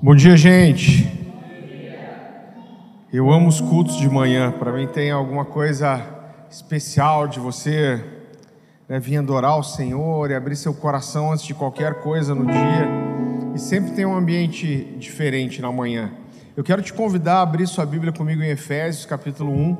Bom dia, gente. Eu amo os cultos de manhã. Para mim tem alguma coisa especial de você vir adorar o Senhor e abrir seu coração antes de qualquer coisa no dia. E sempre tem um ambiente diferente na manhã. Eu quero te convidar a abrir sua Bíblia comigo em Efésios, capítulo 1.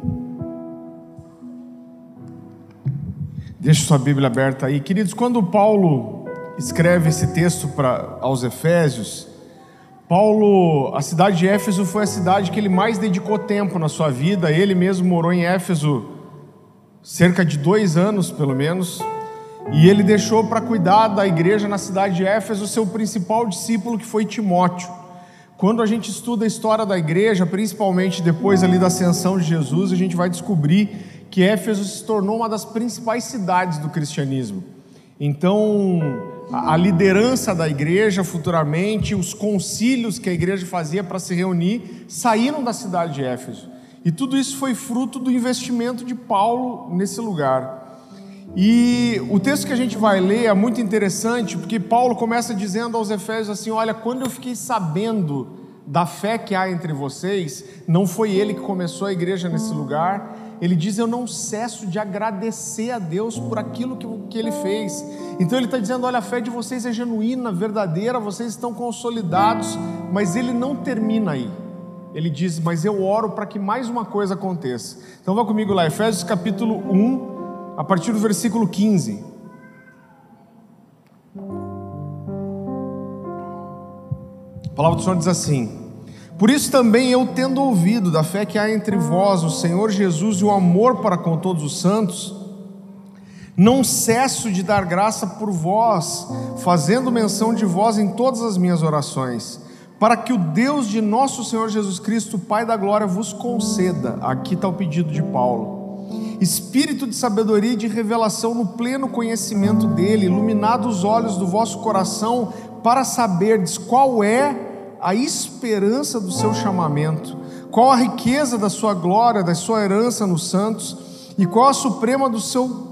Deixa sua Bíblia aberta aí. Queridos, quando Paulo escreve esse texto aos Efésios, a cidade de Éfeso foi a cidade que ele mais dedicou tempo na sua vida. Ele mesmo morou em Éfeso cerca de 2 anos, pelo menos, e ele deixou para cuidar da igreja na cidade de Éfeso o seu principal discípulo, que foi Timóteo. Quando a gente estuda a história da igreja, principalmente depois ali da ascensão de Jesus, a gente vai descobrir que Éfeso se tornou uma das principais cidades do cristianismo. Então, a liderança da igreja futuramente, os concílios que a igreja fazia para se reunir, saíram da cidade de Éfeso. E tudo isso foi fruto do investimento de Paulo nesse lugar. E o texto que a gente vai ler é muito interessante, porque Paulo começa dizendo aos Efésios assim: olha, quando eu fiquei sabendo da fé que há entre vocês, não foi ele que começou a igreja nesse lugar. Ele diz: eu não cesso de agradecer a Deus por aquilo que Ele fez. Então ele está dizendo: olha, a fé de vocês é genuína, verdadeira, vocês estão consolidados, mas Ele não termina aí. Ele diz: mas eu oro para que mais uma coisa aconteça. Então vá comigo lá, Efésios capítulo 1, a partir do versículo 15. A palavra do Senhor diz assim: por isso também eu, tendo ouvido da fé que há entre vós, o Senhor Jesus, e o amor para com todos os santos, não cesso de dar graça por vós, fazendo menção de vós em todas as minhas orações, para que o Deus de nosso Senhor Jesus Cristo, Pai da glória, vos conceda, aqui está o pedido de Paulo, espírito de sabedoria e de revelação no pleno conhecimento dele, iluminados os olhos do vosso coração, para saberdes qual é a esperança do seu chamamento, qual a riqueza da sua glória, da sua herança nos santos, e qual a suprema do seu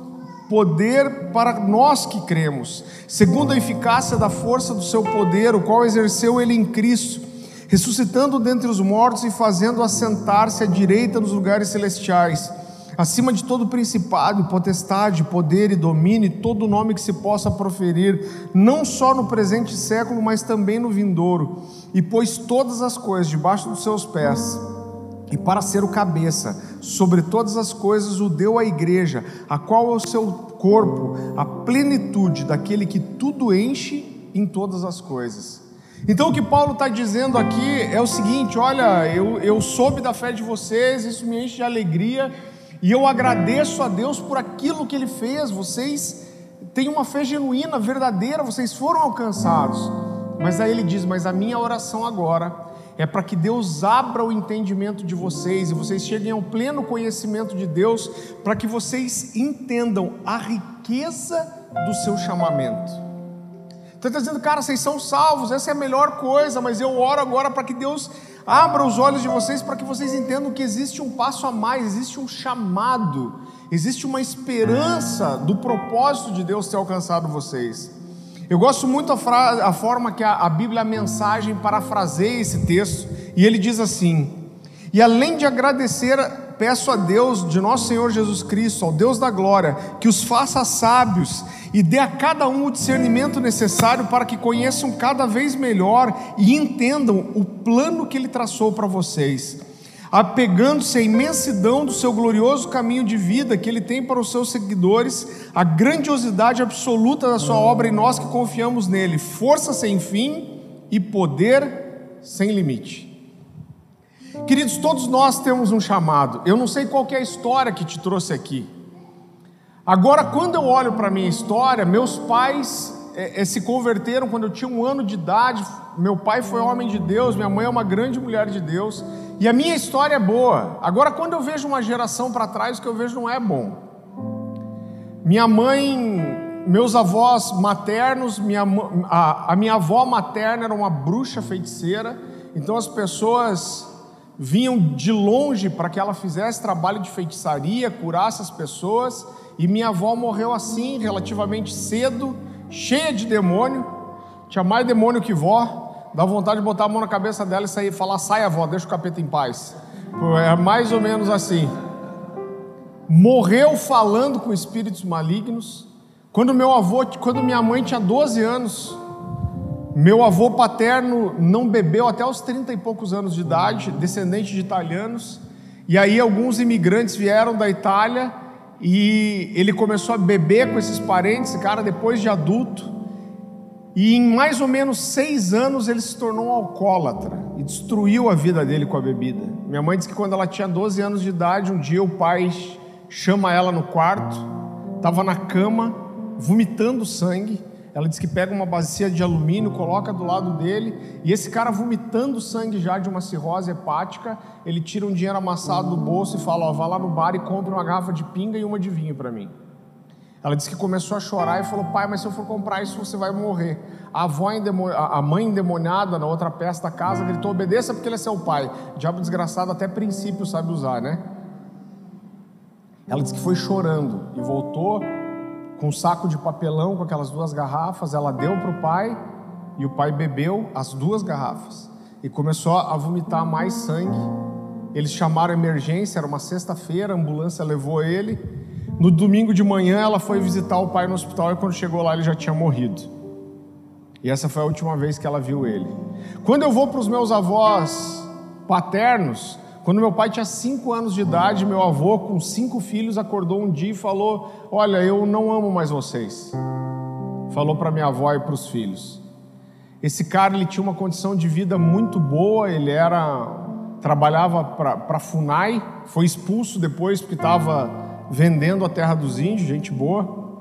poder para nós que cremos, segundo a eficácia da força do seu poder, o qual exerceu ele em Cristo, ressuscitando dentre os mortos e fazendo assentar-se à direita nos lugares celestiais, acima de todo principado, potestade, poder e domínio, e todo nome que se possa proferir, não só no presente século, mas também no vindouro, e pôs todas as coisas debaixo dos seus pés, e para ser o cabeça sobre todas as coisas o deu à igreja, a qual é o seu corpo, a plenitude daquele que tudo enche em todas as coisas. Então o que Paulo está dizendo aqui é o seguinte: olha, eu soube da fé de vocês, isso me enche de alegria, e eu agradeço a Deus por aquilo que Ele fez. Vocês têm uma fé genuína, verdadeira, vocês foram alcançados. Mas aí ele diz: mas a minha oração agora é para que Deus abra o entendimento de vocês, e vocês cheguem ao pleno conhecimento de Deus, para que vocês entendam a riqueza do seu chamamento. Então ele está dizendo: cara, vocês são salvos, essa é a melhor coisa, mas eu oro agora para que Deus abra os olhos de vocês, para que vocês entendam que existe um passo a mais, existe um chamado, existe uma esperança do propósito de Deus ter alcançado vocês. Eu gosto muito a forma que a Bíblia, a mensagem, parafraseia esse texto, e ele diz assim: e além de agradecer, peço a Deus de nosso Senhor Jesus Cristo, ao Deus da glória, que os faça sábios e dê a cada um o discernimento necessário para que conheçam cada vez melhor e entendam o plano que Ele traçou para vocês, apegando-se à imensidão do seu glorioso caminho de vida que Ele tem para os seus seguidores, a grandiosidade absoluta da sua obra em nós que confiamos nele, força sem fim e poder sem limite. Queridos, todos nós temos um chamado. Eu não sei qual que é a história que te trouxe aqui. Agora, quando eu olho para a minha história, meus pais se converteram quando eu tinha 1 ano de idade. Meu pai foi homem de Deus, minha mãe é uma grande mulher de Deus, e a minha história é boa. Agora, quando eu vejo uma geração para trás, o que eu vejo não é bom. Minha mãe, meus avós maternos, a minha avó materna era uma bruxa feiticeira, então as pessoas vinham de longe para que ela fizesse trabalho de feitiçaria, curasse as pessoas, e minha avó morreu assim, relativamente cedo, cheia de demônio, tinha mais demônio que vó, dá vontade de botar a mão na cabeça dela e sair, falar: sai, avó, deixa o capeta em paz. É mais ou menos assim. Morreu falando com espíritos malignos. Quando minha mãe tinha 12 anos, meu avô paterno não bebeu até os 30 e poucos anos de idade, descendente de italianos. E aí alguns imigrantes vieram da Itália e ele começou a beber com esses parentes, esse cara, depois de adulto. E em mais ou menos 6 anos ele se tornou um alcoólatra e destruiu a vida dele com a bebida. Minha mãe disse que quando ela tinha 12 anos de idade, um dia o pai chama ela no quarto, estava na cama, vomitando sangue. Ela disse que pega uma bacia de alumínio, coloca do lado dele, e esse cara vomitando sangue já de uma cirrose hepática, ele tira um dinheiro amassado do bolso e fala: ó, vá lá no bar e compra uma garrafa de pinga e uma de vinho para mim. Ela disse que começou a chorar e falou: pai, mas se eu for comprar isso você vai morrer. A mãe endemoniada na outra peça da casa gritou: obedeça porque ele é seu pai. Diabo desgraçado até princípio sabe usar, né? Ela disse que foi chorando e voltou com um saco de papelão com aquelas 2 garrafas. Ela deu para o pai e o pai bebeu as 2 garrafas e começou a vomitar mais sangue. Eles chamaram a emergência, era uma sexta-feira, a ambulância levou ele. No domingo de manhã ela foi visitar o pai no hospital e quando chegou lá ele já tinha morrido. E essa foi a última vez que ela viu ele. Quando eu vou para os meus avós paternos, quando meu pai tinha 5 anos de idade, meu avô com 5 filhos acordou um dia e falou: olha, eu não amo mais vocês. Falou para minha avó e para os filhos. Esse cara, ele tinha uma condição de vida muito boa, ele trabalhava para a FUNAI, foi expulso depois porque estava vendendo a terra dos índios, gente boa.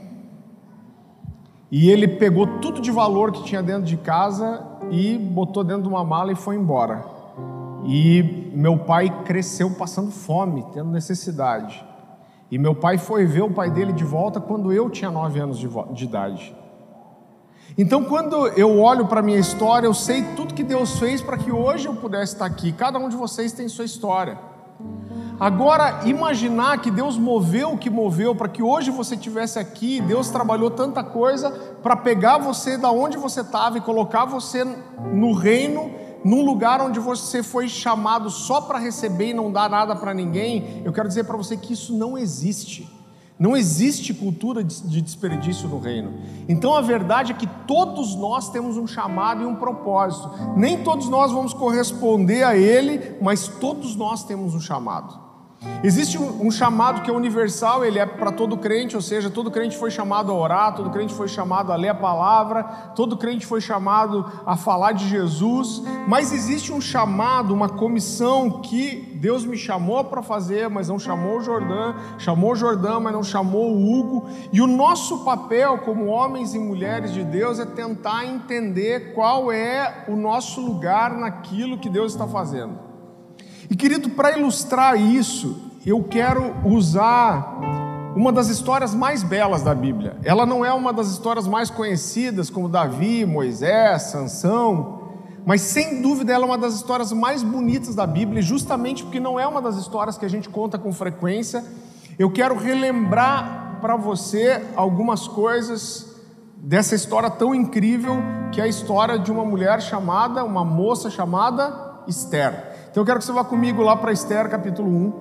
E ele pegou tudo de valor que tinha dentro de casa e botou dentro de uma mala e foi embora. E meu pai cresceu passando fome, tendo necessidade. E meu pai foi ver o pai dele de volta quando eu tinha 9 anos de idade. Então, quando eu olho para a minha história, eu sei tudo que Deus fez para que hoje eu pudesse estar aqui. Cada um de vocês tem sua história. Agora, imaginar que Deus moveu o que moveu para que hoje você estivesse aqui, Deus trabalhou tanta coisa para pegar você da onde você estava e colocar você no reino, num lugar onde você foi chamado só para receber e não dar nada para ninguém. Eu quero dizer para você que isso não existe. Não existe cultura de desperdício no reino. Então a verdade é que todos nós temos um chamado e um propósito. Nem todos nós vamos corresponder a ele, mas todos nós temos um chamado. Existe um chamado que é universal, ele é para todo crente, ou seja, todo crente foi chamado a orar, todo crente foi chamado a ler a palavra, todo crente foi chamado a falar de Jesus, mas existe um chamado, uma comissão que Deus me chamou para fazer, mas não chamou o Jordão, mas não chamou o Hugo, e o nosso papel como homens e mulheres de Deus é tentar entender qual é o nosso lugar naquilo que Deus está fazendo. E querido, para ilustrar isso, eu quero usar uma das histórias mais belas da Bíblia. Ela não é uma das histórias mais conhecidas, como Davi, Moisés, Sansão, mas sem dúvida ela é uma das histórias mais bonitas da Bíblia, justamente porque não é uma das histórias que a gente conta com frequência. Eu quero relembrar para você algumas coisas dessa história tão incrível, que é a história de uma moça chamada Esther. Então eu quero que você vá comigo lá para Esther capítulo 1.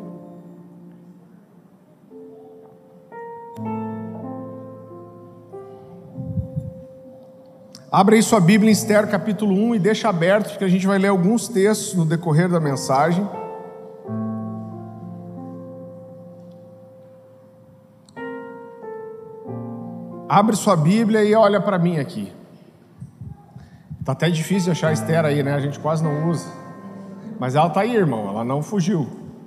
Abra aí sua Bíblia em Esther capítulo 1 e deixa aberto, porque a gente vai ler alguns textos no decorrer da mensagem. Abre sua Bíblia e olha para mim aqui. Tá até difícil achar Esther aí, né? A gente quase não usa. Mas ela está aí, irmão, ela não fugiu.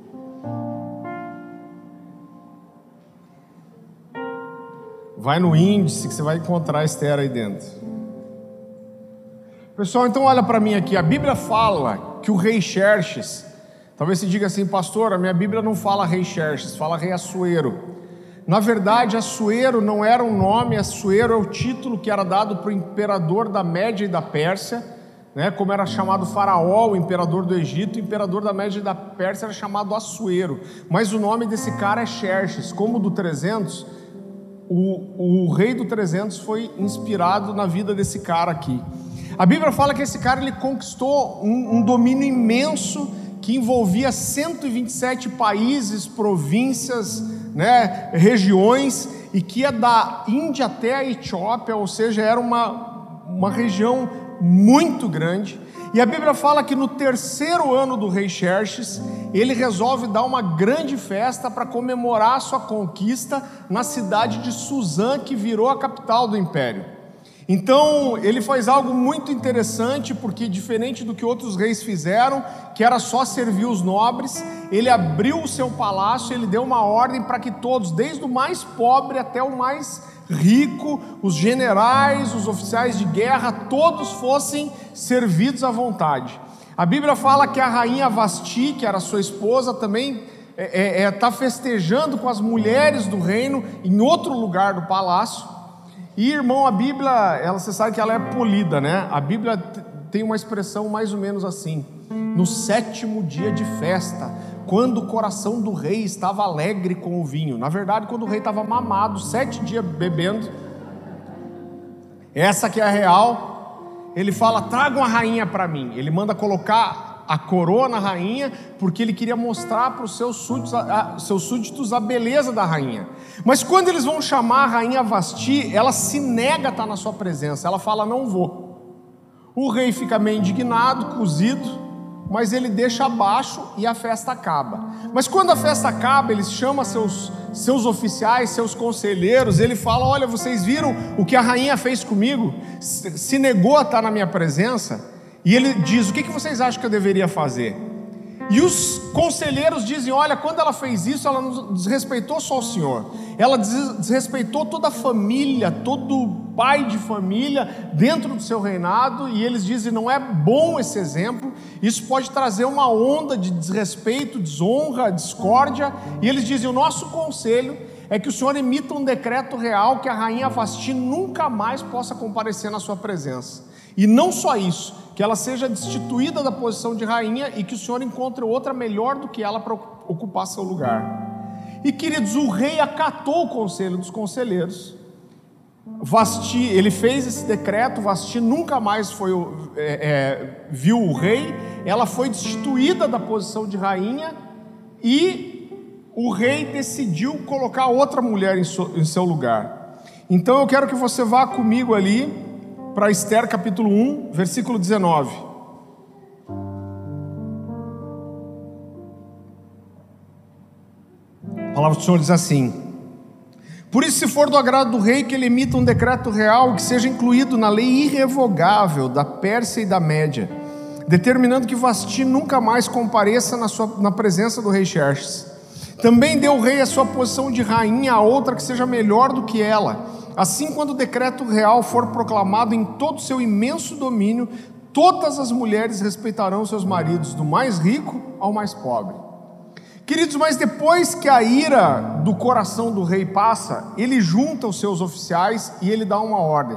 Vai no índice que você vai encontrar a Esther aí dentro. Pessoal, então olha para mim aqui. A Bíblia fala que o rei Xerxes, talvez você diga assim: pastor, a minha Bíblia não fala rei Xerxes, fala rei Assuero. Na verdade, Assuero não era um nome, Assuero é o título que era dado para o imperador da Média e da Pérsia, né? Como era chamado Faraó, o imperador do Egito, o imperador da Média e da Pérsia era chamado Assuero, mas o nome desse cara é Xerxes. Como do 300, o rei do 300 foi inspirado na vida desse cara aqui. A Bíblia fala que esse cara ele conquistou um domínio imenso que envolvia 127 países, províncias, né, regiões, e que ia da Índia até a Etiópia, ou seja, era uma região muito grande. E a Bíblia fala que no terceiro ano do rei Xerxes, ele resolve dar uma grande festa para comemorar a sua conquista na cidade de Suzã, que virou a capital do império. Então ele faz algo muito interessante, porque diferente do que outros reis fizeram, que era só servir os nobres, ele abriu o seu palácio, ele deu uma ordem para que todos, desde o mais pobre até o mais rico, os generais, os oficiais de guerra, todos fossem servidos à vontade. A Bíblia fala que a rainha Vasti, que era sua esposa, também está festejando com as mulheres do reino em outro lugar do palácio. E irmão, a Bíblia, você sabe que ela é polida, né? A Bíblia tem uma expressão mais ou menos assim: no sétimo dia de festa, quando o coração do rei estava alegre com o vinho. Na verdade, quando o rei estava mamado, 7 dias bebendo. Essa que é a real. Ele fala: tragam a rainha para mim. Ele manda colocar a coroa na rainha, porque ele queria mostrar para os seus súditos a beleza da rainha. Mas quando eles vão chamar a rainha Vasti, ela se nega a estar na sua presença. Ela fala: não vou. O rei fica meio indignado, cozido, mas ele deixa abaixo e a festa acaba. Mas quando a festa acaba, ele chama seus oficiais, seus conselheiros, ele fala: olha, vocês viram o que a rainha fez comigo? Se negou a estar na minha presença. E ele diz: o que vocês acham que eu deveria fazer? E os conselheiros dizem: olha, quando ela fez isso, ela não desrespeitou só o Senhor, ela desrespeitou toda a família, todo pai de família dentro do seu reinado. E eles dizem: não é bom esse exemplo, isso pode trazer uma onda de desrespeito, desonra, discórdia. E eles dizem: o nosso conselho é que o Senhor emita um decreto real que a rainha Vasti nunca mais possa comparecer na sua presença. E não só isso, que ela seja destituída da posição de rainha e que o Senhor encontre outra melhor do que ela para ocupar seu lugar. E queridos, o rei acatou o conselho dos conselheiros. Vasti, ele fez esse decreto, Vasti nunca mais viu o rei, ela foi destituída da posição de rainha e o rei decidiu colocar outra mulher em seu lugar. Então eu quero que você vá comigo ali para Esther capítulo 1, versículo 19. A palavra do Senhor diz assim: por isso, se for do agrado do rei, que ele emita um decreto real que seja incluído na lei irrevogável da Pérsia e da Média, determinando que Vasti nunca mais compareça na presença do rei Xerxes. Também deu o rei a sua posição de rainha a outra que seja melhor do que ela. Assim, quando o decreto real for proclamado em todo o seu imenso domínio, todas as mulheres respeitarão seus maridos, do mais rico ao mais pobre. Queridos, mas depois que a ira do coração do rei passa, ele junta os seus oficiais e ele dá uma ordem.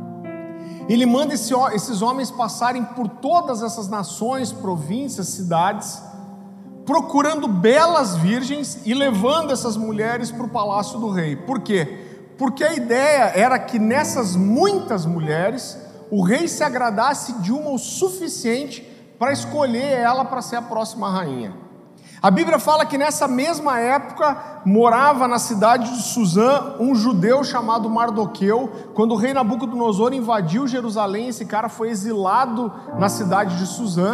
Ele manda esses homens passarem por todas essas nações, províncias, cidades, procurando belas virgens e levando essas mulheres para o palácio do rei. Por quê? Porque a ideia era que nessas muitas mulheres, o rei se agradasse de uma o suficiente para escolher ela para ser a próxima rainha. A Bíblia fala que nessa mesma época morava na cidade de Suzã um judeu chamado Mardoqueu. Quando o rei Nabucodonosor invadiu Jerusalém, esse cara foi exilado na cidade de Suzã.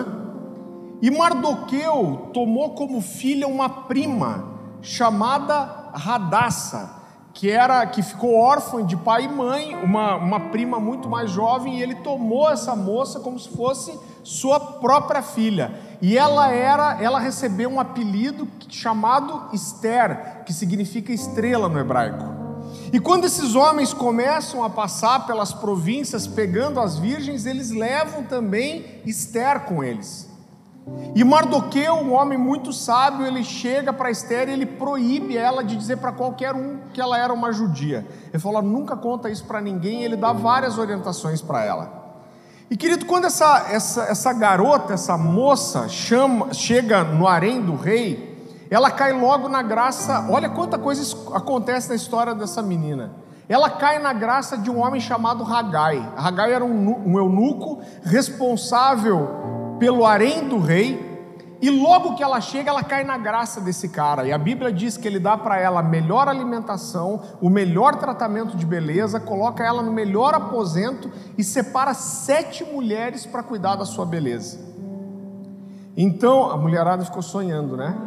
E Mardoqueu tomou como filha uma prima chamada Radassa, que ficou órfã de pai e mãe, uma prima muito mais jovem, e ele tomou essa moça como se fosse sua própria filha. E ela recebeu um apelido chamado Esther, que significa estrela no hebraico. E quando esses homens começam a passar pelas províncias pegando as virgens, eles levam também Esther com eles. E Mardoqueu, um homem muito sábio, ele chega para Esther e ele proíbe ela de dizer para qualquer um que ela era uma judia. Ele falou: nunca conta isso para ninguém. Ele dá várias orientações para ela. E querido, quando essa garota, essa moça chega no harém do rei, ela cai logo na graça. Olha quanta coisa acontece na história dessa menina. ela cai na graça de um homem chamado Hagai. Hagai era um eunuco responsável pelo harém do rei, e logo que ela chega, ela cai na graça desse cara, e a Bíblia diz que ele dá para ela a melhor alimentação, o melhor tratamento de beleza, coloca ela no melhor aposento e separa 7 mulheres para cuidar da sua beleza. Então, a mulherada ficou sonhando, né?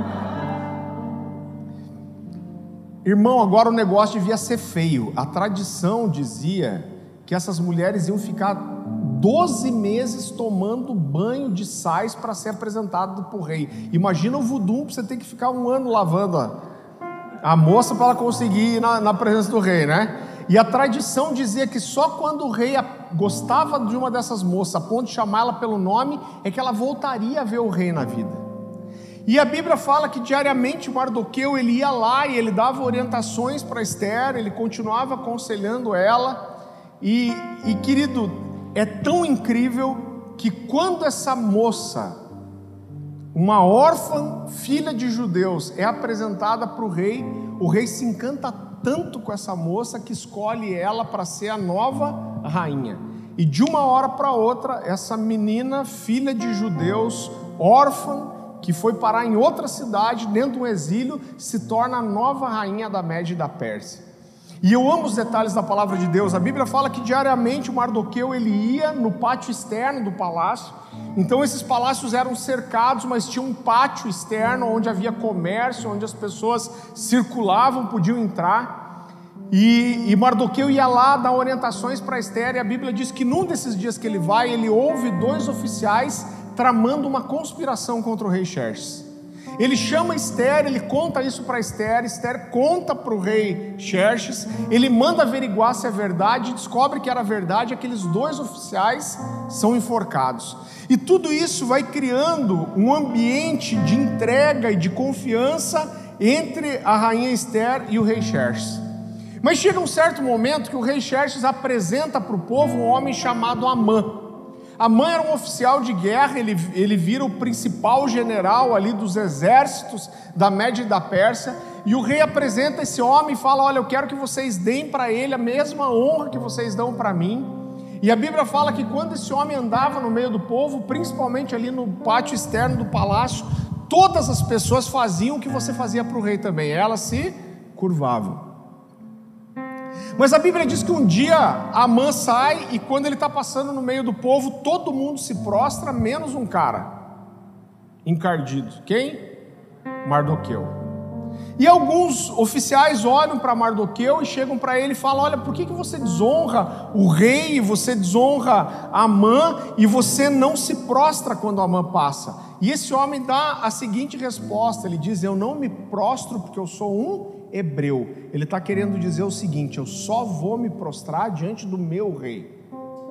Irmão, agora o negócio devia ser feio. A tradição dizia que essas mulheres iam ficar 12 meses tomando banho de sais para ser apresentado para o rei. Imagina o voodoo, você tem que ficar 1 ano lavando a moça para ela conseguir ir na presença do rei, né? E a tradição dizia que só quando o rei gostava de uma dessas moças, a ponto de chamá-la pelo nome, é que ela voltaria a ver o rei na vida. E a Bíblia fala que diariamente Mardoqueu, ele ia lá e ele dava orientações para Esther, ele continuava aconselhando ela, e querido, é tão incrível que quando essa moça, uma órfã, filha de judeus, é apresentada para o rei se encanta tanto com essa moça que escolhe ela para ser a nova rainha. E de uma hora para outra, essa menina, filha de judeus, órfã, que foi parar em outra cidade, dentro de um exílio, se torna a nova rainha da Média e da Pérsia. E eu amo os detalhes da palavra de Deus. A Bíblia fala que diariamente o Mardoqueu, ele ia no pátio externo do palácio. Então esses palácios eram cercados, mas tinha um pátio externo onde havia comércio, onde as pessoas circulavam, podiam entrar. E Mardoqueu ia lá dar orientações para Esther, e a Bíblia diz que num desses dias que ele vai, ele ouve 2 oficiais tramando uma conspiração contra o rei Xerxes. Ele chama Esther, ele conta isso para Esther, Esther conta para o rei Xerxes, ele manda averiguar se é verdade, descobre que era verdade, aqueles 2 oficiais são enforcados. E tudo isso vai criando um ambiente de entrega e de confiança entre a rainha Esther e o rei Xerxes. Mas chega um certo momento que o rei Xerxes apresenta para o povo um homem chamado Amã. Amã era um oficial de guerra, ele vira o principal general ali dos exércitos da Média e da Pérsia, e o rei apresenta esse homem e fala: olha, eu quero que vocês deem para ele a mesma honra que vocês dão para mim. E a Bíblia fala que quando esse homem andava no meio do povo, principalmente ali no pátio externo do palácio, todas as pessoas faziam o que você fazia para o rei também, elas se curvavam. Mas a Bíblia diz que um dia Amã sai, e quando ele está passando no meio do povo, todo mundo se prostra, menos um cara encardido. Quem? Mardoqueu. E alguns oficiais olham para Mardoqueu e chegam para ele e falam: olha, por que você desonra o rei, você desonra Amã, e você não se prostra quando Amã passa? E esse homem dá a seguinte resposta, ele diz: eu não me prostro porque eu sou um hebreu. Ele está querendo dizer o seguinte: eu só vou me prostrar diante do meu rei.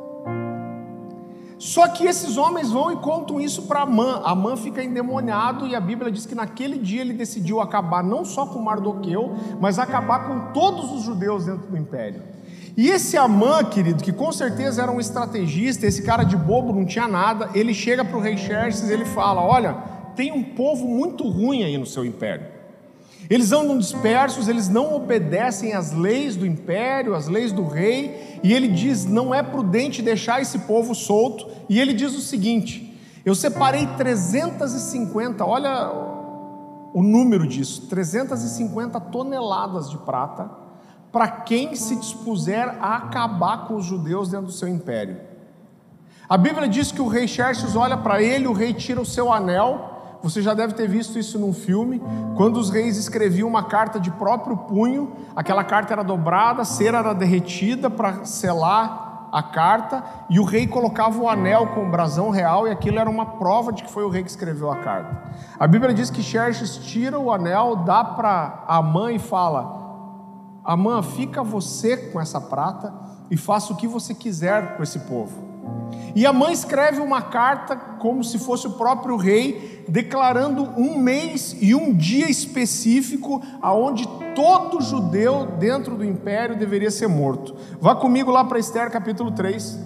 Só que esses homens vão e contam isso para Amã. Amã fica endemoniado, e a Bíblia diz que naquele dia ele decidiu acabar não só com Mardoqueu, mas acabar com todos os judeus dentro do império. E esse Amã, querido, que com certeza era um estrategista, esse cara de bobo não tinha nada, ele chega para o rei Xerxes e ele fala: olha, tem um povo muito ruim aí no seu império. Eles andam dispersos, eles não obedecem às leis do império, às leis do rei, e ele diz: não é prudente deixar esse povo solto. E ele diz o seguinte: eu separei 350, olha o número disso, 350 toneladas de prata, para quem se dispuser a acabar com os judeus dentro do seu império. A Bíblia diz que o rei Xerxes olha para ele, o rei tira o seu anel. Você já deve ter visto isso num filme, quando os reis escreviam uma carta de próprio punho, aquela carta era dobrada, a cera era derretida para selar a carta, e o rei colocava o anel com o brasão real, e aquilo era uma prova de que foi o rei que escreveu a carta. A Bíblia diz que Xerxes tira o anel, dá para Amã e fala: Amã, fica você com essa prata e faça o que você quiser com esse povo. E Amã escreve uma carta como se fosse o próprio rei, declarando um mês e um dia específico aonde todo judeu dentro do império deveria ser morto. Vá comigo lá para Esther capítulo 3.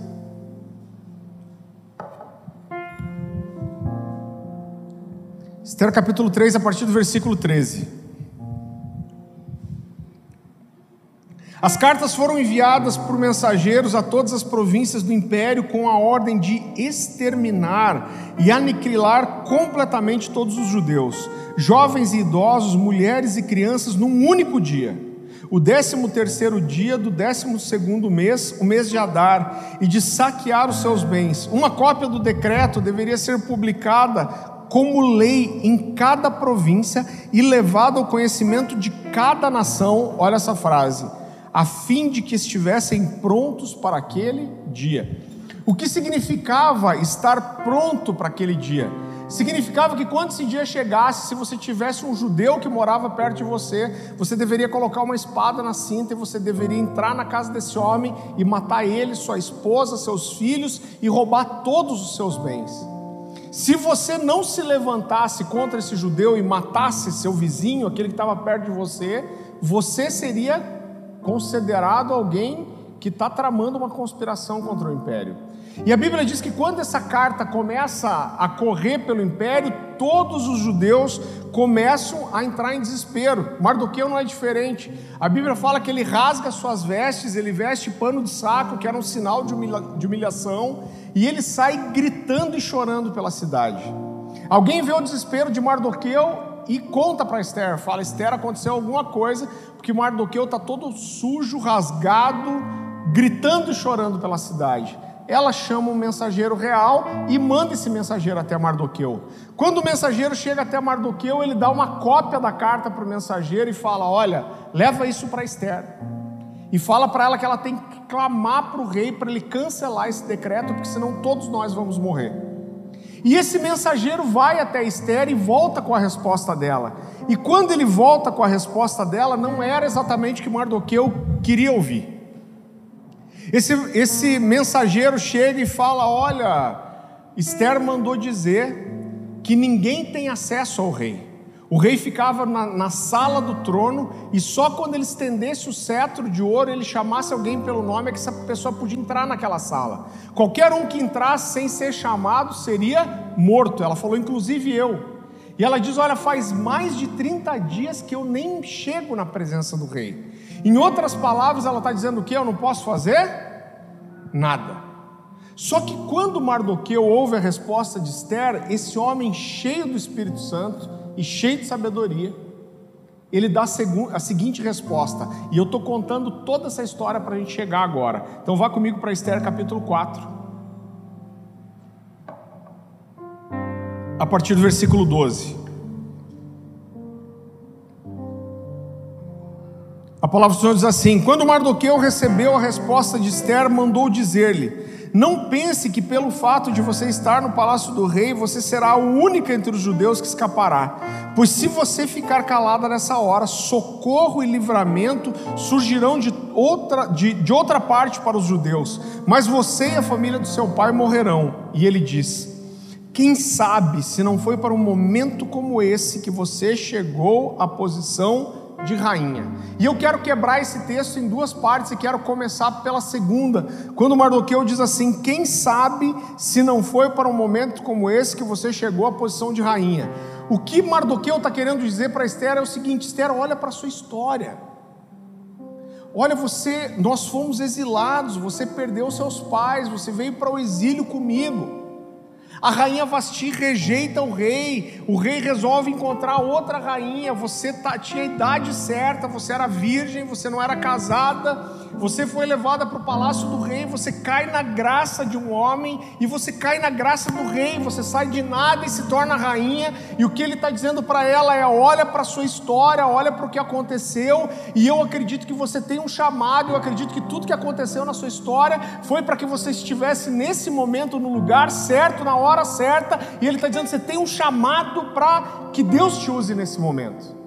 Esther capítulo 3, a partir do versículo 13. As cartas foram enviadas por mensageiros a todas as províncias do império com a ordem de exterminar e aniquilar completamente todos os judeus, jovens e idosos, mulheres e crianças, num único dia, o 13º dia do 12º mês, o mês de Adar, e de saquear os seus bens. Uma cópia do decreto deveria ser publicada como lei em cada província e levada ao conhecimento de cada nação, olha essa frase, a fim de que estivessem prontos para aquele dia. O que significava estar pronto para aquele dia? Significava que quando esse dia chegasse, se você tivesse um judeu que morava perto de você, você deveria colocar uma espada na cinta e você deveria entrar na casa desse homem e matar ele, sua esposa, seus filhos e roubar todos os seus bens. Se você não se levantasse contra esse judeu e matasse seu vizinho, aquele que estava perto de você, você seria considerado alguém que está tramando uma conspiração contra o império. E a Bíblia diz que quando essa carta começa a correr pelo império, todos os judeus começam a entrar em desespero. Mardoqueu não é diferente. A Bíblia fala que ele rasga suas vestes, ele veste pano de saco, que era um sinal de humilhação, e ele sai gritando e chorando pela cidade. Alguém vê o desespero de Mardoqueu e conta para Esther, fala: Esther, aconteceu alguma coisa, porque Mardoqueu está todo sujo, rasgado, gritando e chorando pela cidade. Ela chama um mensageiro real e manda esse mensageiro até Mardoqueu. Quando o mensageiro chega até Mardoqueu, ele dá uma cópia da carta para o mensageiro e fala: olha, leva isso para Esther e fala para ela que ela tem que clamar para o rei para ele cancelar esse decreto, porque senão todos nós vamos morrer. E esse mensageiro vai até Esther e volta com a resposta dela. E quando ele volta com a resposta dela, não era exatamente o que Mardoqueu queria ouvir. Esse mensageiro chega e fala: olha, Esther mandou dizer que ninguém tem acesso ao rei. O rei ficava na sala do trono, e só quando ele estendesse o cetro de ouro, ele chamasse alguém pelo nome, é que essa pessoa podia entrar naquela sala. Qualquer um que entrasse sem ser chamado seria morto. Ela falou, inclusive eu. E ela diz: olha, faz mais de 30 dias que eu nem chego na presença do rei. Em outras palavras, ela está dizendo o quê? Eu não posso fazer nada. Só que quando Mardoqueu ouve a resposta de Esther, esse homem cheio do Espírito Santo e cheio de sabedoria, ele dá a seguinte resposta, e eu estou contando toda essa história para a gente chegar agora. Então vá comigo para Esther capítulo 4, a partir do versículo 12. A palavra do Senhor diz assim: quando Mardoqueu recebeu a resposta de Esther, mandou dizer-lhe: não pense que pelo fato de você estar no palácio do rei, você será a única entre os judeus que escapará. Pois se você ficar calada nessa hora, socorro e livramento surgirão de outra parte para os judeus, mas você e a família do seu pai morrerão. E ele diz: quem sabe se não foi para um momento como esse que você chegou à posição de rainha. E eu quero quebrar esse texto em duas partes e quero começar pela segunda, quando Mardoqueu diz assim: quem sabe se não foi para um momento como esse que você chegou à posição de rainha. O que Mardoqueu está querendo dizer para Esther é o seguinte: Esther, olha para a sua história, olha, nós fomos exilados, você perdeu seus pais, você veio para o exílio comigo. A rainha Vasti rejeita o rei resolve encontrar outra rainha, você tinha a idade certa, você era virgem, você não era casada, você foi levada para o palácio do rei, você cai na graça de um homem, e você cai na graça do rei, você sai de nada e se torna rainha, e o que ele está dizendo para ela é: olha para a sua história, olha para o que aconteceu, e eu acredito que você tem um chamado, eu acredito que tudo que aconteceu na sua história foi para que você estivesse nesse momento, no lugar certo, na hora certa, e ele está dizendo: você tem um chamado para que Deus te use nesse momento.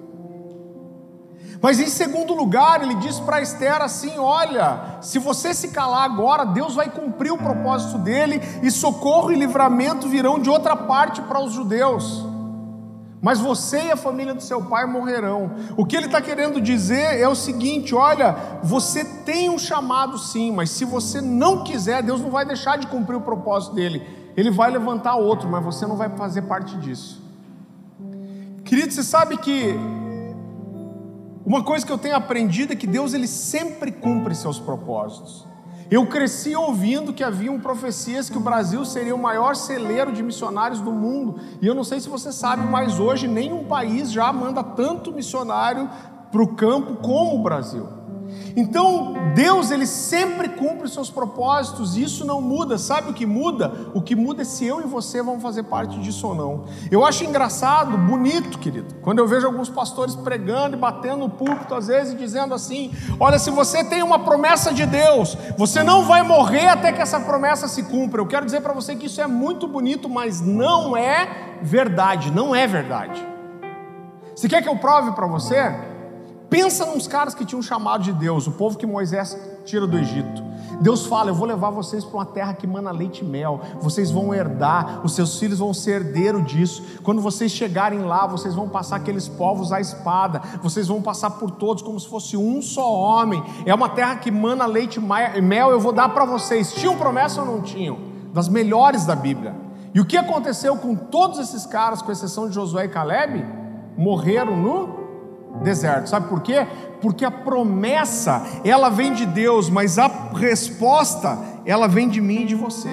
Mas em segundo lugar, ele diz para Esther assim: olha, se você se calar agora, Deus vai cumprir o propósito dele, e socorro e livramento virão de outra parte para os judeus, mas você e a família do seu pai morrerão. O que ele está querendo dizer é o seguinte: olha, você tem um chamado sim, mas se você não quiser, Deus não vai deixar de cumprir o propósito dele, ele vai levantar outro, mas você não vai fazer parte disso. Querido, você sabe que Uma coisa que eu tenho aprendido é que Deus, ele sempre cumpre seus propósitos. Eu cresci ouvindo que haviam profecias que o Brasil seria o maior celeiro de missionários do mundo. E eu não sei se você sabe, mas hoje nenhum país já manda tanto missionário para o campo como o Brasil. Então Deus, ele sempre cumpre seus propósitos, e isso não muda. Sabe o que muda? O que muda é se eu e você vamos fazer parte disso ou não. Eu acho engraçado, bonito, querido, quando eu vejo alguns pastores pregando e batendo no púlpito às vezes, dizendo assim: olha, se você tem uma promessa de Deus, você não vai morrer até que essa promessa se cumpra. Eu quero dizer para você que isso é muito bonito, mas não é verdade. Não é verdade. Você quer que eu prove para você? Pensa nos caras que tinham chamado de Deus, o povo que Moisés tira do Egito. Deus fala: eu vou levar vocês para uma terra que mana leite e mel, vocês vão herdar, os seus filhos vão ser herdeiro disso. Quando vocês chegarem lá, vocês vão passar aqueles povos à espada, vocês vão passar por todos como se fosse um só homem. É uma terra que mana leite e mel, eu vou dar para vocês. Tinham promessa ou não tinham? Das melhores da Bíblia. E o que aconteceu com todos esses caras, com exceção de Josué e Caleb? Morreram no deserto. Sabe por quê? Porque a promessa, ela vem de Deus, mas a resposta, ela vem de mim e de você.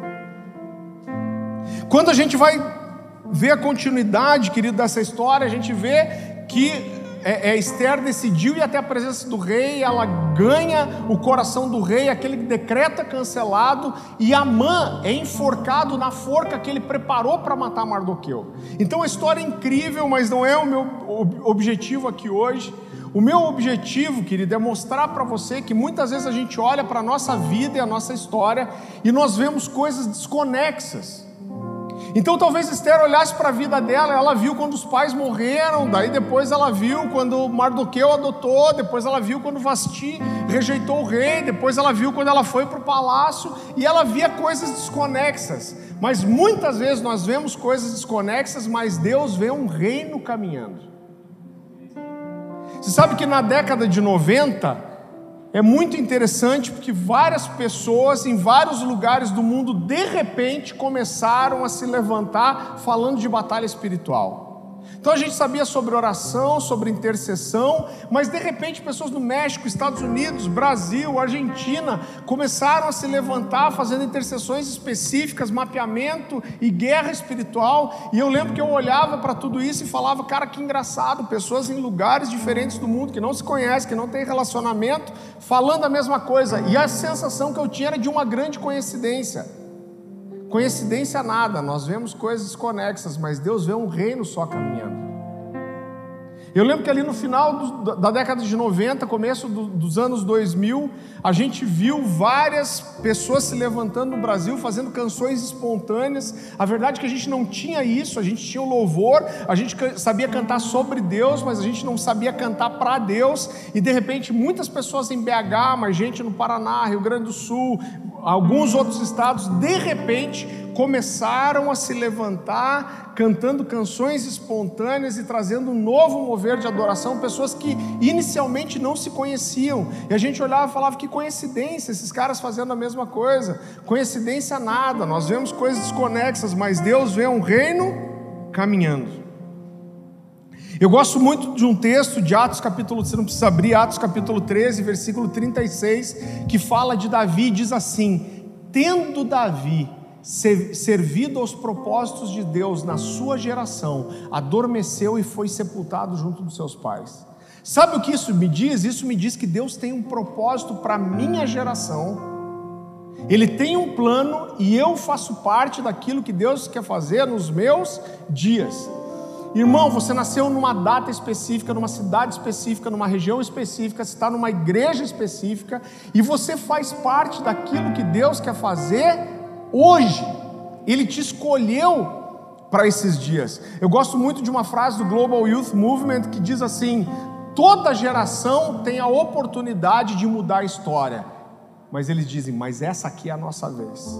Quando a gente vai ver a continuidade, querido, dessa história, a gente vê que Esther decidiu ir até a presença do rei, ela ganha o coração do rei, aquele decreto é cancelado, e Amã é enforcado na forca que ele preparou para matar Mardoqueu. Então a história é incrível, mas não é o meu objetivo aqui hoje. O meu objetivo, querido, é mostrar para você que muitas vezes a gente olha para a nossa vida e a nossa história e nós vemos coisas desconexas. Então talvez Esther olhasse para a vida dela, ela viu quando os pais morreram, daí depois ela viu quando Mardoqueu adotou, depois ela viu quando Vasti rejeitou o rei, depois ela viu quando ela foi para o palácio, e ela via coisas desconexas. Mas muitas vezes nós vemos coisas desconexas, mas Deus vê um reino caminhando. Você sabe que na década de 90, é muito interessante porque várias pessoas em vários lugares do mundo de repente começaram a se levantar falando de batalha espiritual. Então a gente sabia sobre oração, sobre intercessão, mas de repente pessoas no México, Estados Unidos, Brasil, Argentina começaram a se levantar fazendo intercessões específicas, mapeamento e guerra espiritual. E eu lembro que eu olhava para tudo isso e falava: cara, que engraçado, pessoas em lugares diferentes do mundo que não se conhecem, que não têm relacionamento, falando a mesma coisa. E a sensação que eu tinha era de uma grande coincidência. Coincidência nada, nós vemos coisas desconexas, mas Deus vê um reino só caminhando. Eu lembro que ali no final da década de 90, começo dos anos 2000, a gente viu várias pessoas se levantando no Brasil, fazendo canções espontâneas. A verdade é que a gente não tinha isso, a gente tinha o louvor, a gente sabia cantar sobre Deus, mas a gente não sabia cantar para Deus. E de repente muitas pessoas em BH, mas gente no Paraná, Rio Grande do Sul, alguns outros estados, de repente começaram a se levantar, cantando canções espontâneas e trazendo um novo mover de adoração, pessoas que inicialmente não se conheciam, e a gente olhava e falava: que coincidência, esses caras fazendo a mesma coisa. Coincidência nada, nós vemos coisas desconexas, mas Deus vê um reino caminhando. Eu gosto muito de um texto de Atos capítulo, você não precisa abrir, Atos capítulo 13, versículo 36, que fala de Davi, e diz assim: tendo Davi servido aos propósitos de Deus na sua geração, adormeceu e foi sepultado junto dos seus pais. Sabe o que isso me diz? Isso me diz que Deus tem um propósito para a minha geração. Ele tem um plano e eu faço parte daquilo que Deus quer fazer nos meus dias. Irmão, você nasceu numa data específica, numa cidade específica, numa região específica, você está numa igreja específica, e você faz parte daquilo que Deus quer fazer hoje. Ele te escolheu para esses dias. Eu gosto muito de uma frase do Global Youth Movement que diz assim: toda geração tem a oportunidade de mudar a história, mas eles dizem: mas essa aqui é a nossa vez.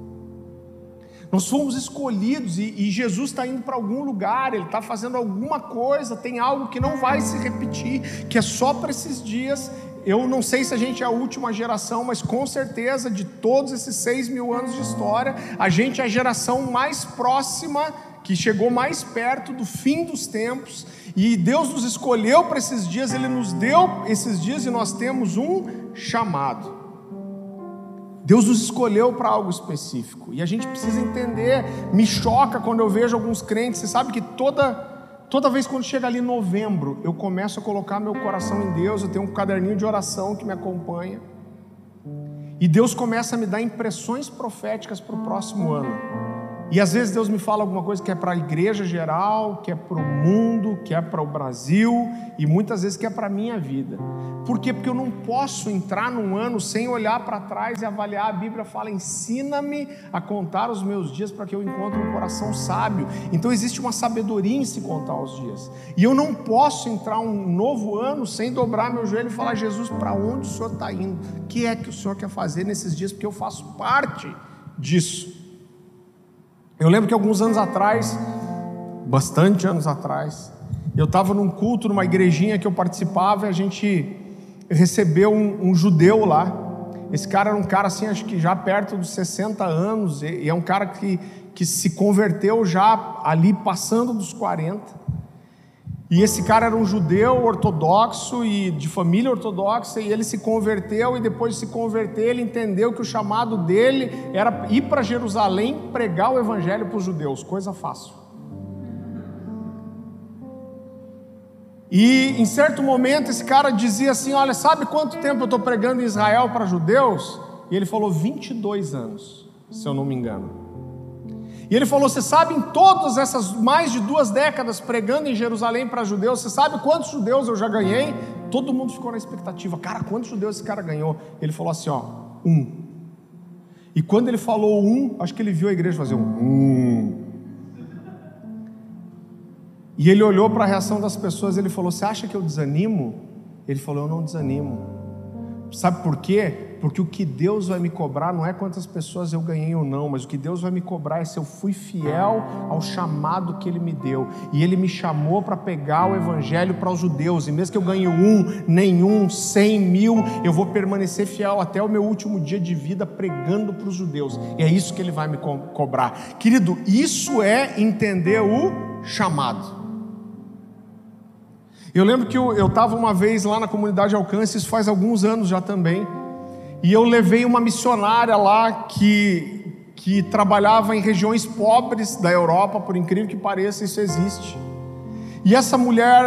Nós fomos escolhidos e Jesus está indo para algum lugar, Ele está fazendo alguma coisa, tem algo que não vai se repetir, que é só para esses dias. Eu não sei se a gente é a última geração, mas com certeza de todos esses 6.000 anos de história, a gente é a geração mais próxima, que chegou mais perto do fim dos tempos. E Deus nos escolheu para esses dias, Ele nos deu esses dias e nós temos um chamado. Deus nos escolheu para algo específico e a gente precisa entender. Me choca quando eu vejo alguns crentes. Você sabe que toda vez quando chega ali novembro, eu começo a colocar meu coração em Deus. Eu tenho um caderninho de oração que me acompanha e Deus começa a me dar impressões proféticas para o próximo ano. E às vezes Deus me fala alguma coisa que é para a igreja geral, que é para o mundo, que é para o Brasil, e muitas vezes que é para a minha vida. Por quê? Porque eu não posso entrar num ano sem olhar para trás e avaliar. A Bíblia fala: ensina-me a contar os meus dias para que eu encontre um coração sábio. Então existe uma sabedoria em se contar os dias. E eu não posso entrar um novo ano sem dobrar meu joelho e falar: Jesus, para onde o Senhor está indo? O que é que o Senhor quer fazer nesses dias? Porque eu faço parte disso. Eu lembro que alguns anos atrás, bastante anos atrás, eu estava num culto, numa igrejinha que eu participava, e a gente recebeu um judeu lá. Esse cara era um cara assim, acho que já perto dos 60 anos, e é um cara que se converteu já ali passando dos 40. E esse cara era um judeu ortodoxo e de família ortodoxa, e ele se converteu, e depois de se converter ele entendeu que o chamado dele era ir para Jerusalém pregar o evangelho para os judeus, coisa fácil. E em certo momento esse cara dizia assim: olha, sabe quanto tempo eu estou pregando em Israel para judeus? E ele falou 22 anos, se eu não me engano. E ele falou: você sabe, em todas essas mais de 2 décadas pregando em Jerusalém para judeus, você sabe quantos judeus eu já ganhei? Todo mundo ficou na expectativa: cara, quantos judeus esse cara ganhou? Ele falou assim: ó, 1. E quando ele falou 1, acho que ele viu a igreja fazer um. E ele olhou para a reação das pessoas, ele falou: você acha que eu desanimo? Ele falou: eu não desanimo. Sabe por quê? Porque o que Deus vai me cobrar não é quantas pessoas eu ganhei ou não, mas o que Deus vai me cobrar é se eu fui fiel ao chamado que Ele me deu. E Ele me chamou para pegar o evangelho para os judeus, e mesmo que eu ganhe 1, nenhum, 100 mil, eu vou permanecer fiel até o meu último dia de vida pregando para os judeus. E é isso que Ele vai me cobrar. Querido, isso é entender o chamado. Eu lembro que eu estava uma vez lá na comunidade Alcance, isso faz alguns anos já também, e eu levei uma missionária lá que trabalhava em regiões pobres da Europa, por incrível que pareça, isso existe. E essa mulher,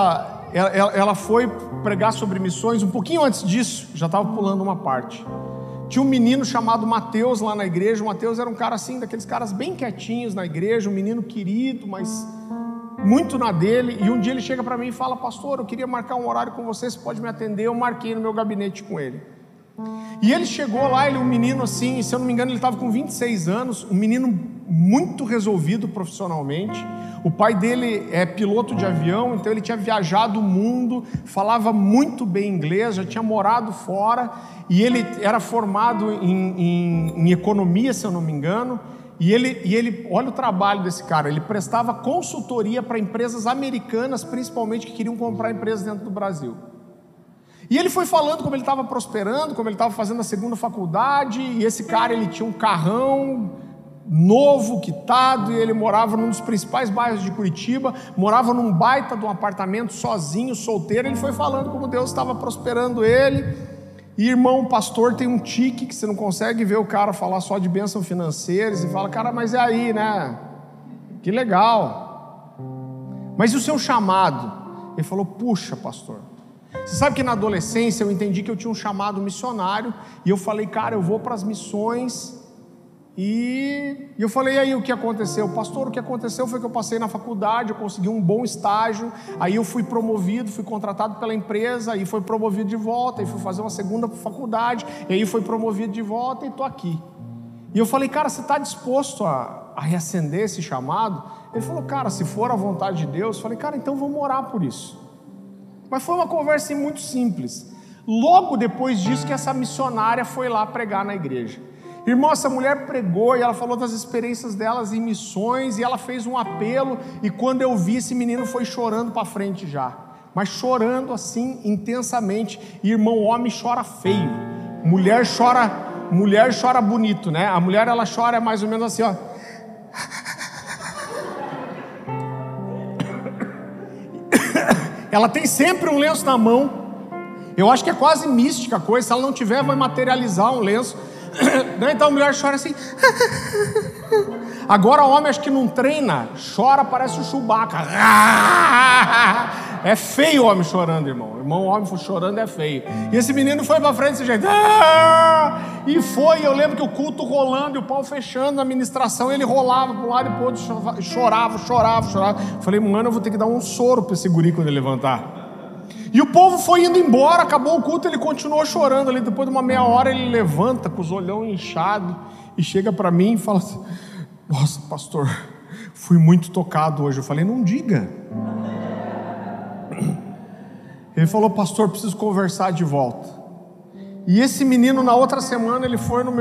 ela foi pregar sobre missões. Um pouquinho antes disso, já estava pulando uma parte. Tinha um menino chamado Mateus lá na igreja. O Mateus era um cara assim, daqueles caras bem quietinhos na igreja, um menino querido, mas muito na dele. E um dia ele chega para mim e fala: pastor, eu queria marcar um horário com você, você pode me atender? Eu marquei no meu gabinete com ele. E ele chegou lá, ele um menino assim, se eu não me engano ele estava com 26 anos, um menino muito resolvido profissionalmente. O pai dele é piloto de avião, então ele tinha viajado o mundo, falava muito bem inglês, já tinha morado fora, e ele era formado em economia, se eu não me engano. E ele, olha o trabalho desse cara, ele prestava consultoria para empresas americanas, principalmente, que queriam comprar empresas dentro do Brasil. E ele foi falando como ele estava prosperando, como ele estava fazendo a segunda faculdade, e esse cara, ele tinha um carrão novo, quitado, e ele morava num dos principais bairros de Curitiba, morava num baita de um apartamento, sozinho, solteiro. Ele foi falando como Deus estava prosperando ele. E irmão, o pastor tem um tique que você não consegue ver o cara falar só de bênção financeira, e você fala: cara, mas é aí, né? Que legal. Mas e o seu chamado? Ele falou: puxa, pastor, você sabe que na adolescência eu entendi que eu tinha um chamado missionário, e eu falei: cara, eu vou para as missões. E eu falei: e aí, o que aconteceu? Pastor, o que aconteceu foi que eu passei na faculdade, eu consegui um bom estágio, aí eu fui promovido, fui contratado pela empresa, aí fui promovido de volta, aí fui fazer uma segunda faculdade, e aí fui promovido de volta e estou aqui. E eu falei: cara, você está disposto a reacender esse chamado? Ele falou: cara, se for a vontade de Deus. Eu falei: cara, então vamos orar por isso. Mas foi uma conversa muito simples. Logo depois disso que essa missionária foi lá pregar na igreja. Irmão, essa mulher pregou e ela falou das experiências delas em missões, e ela fez um apelo, e quando eu vi, esse menino foi chorando para frente já, mas chorando assim intensamente. E irmão, homem chora feio, mulher chora bonito, né? A mulher, ela chora mais ou menos assim, ó. ela tem sempre um lenço na mão. Eu acho que é quase mística a coisa. Se ela não tiver, vai materializar um lenço. Então a mulher chora assim. Agora o homem acho que não treina, chora, parece o Chewbacca. É feio o homem chorando, irmão. O homem chorando é feio. E esse menino foi pra frente desse jeito. E foi, eu lembro que o culto rolando e o pau fechando na ministração, ele rolava para um lado e pro outro, chorava. Falei, mano, eu vou ter que dar um soro para esse guri quando ele levantar. E o povo foi indo embora, acabou o culto, ele continuou chorando ali. Depois de uma meia hora ele levanta com os olhão inchados e chega para mim e fala assim: nossa, pastor, fui muito tocado hoje. Eu falei, não diga. Ele falou, pastor, preciso conversar de volta. E esse menino, na outra semana, ele foi no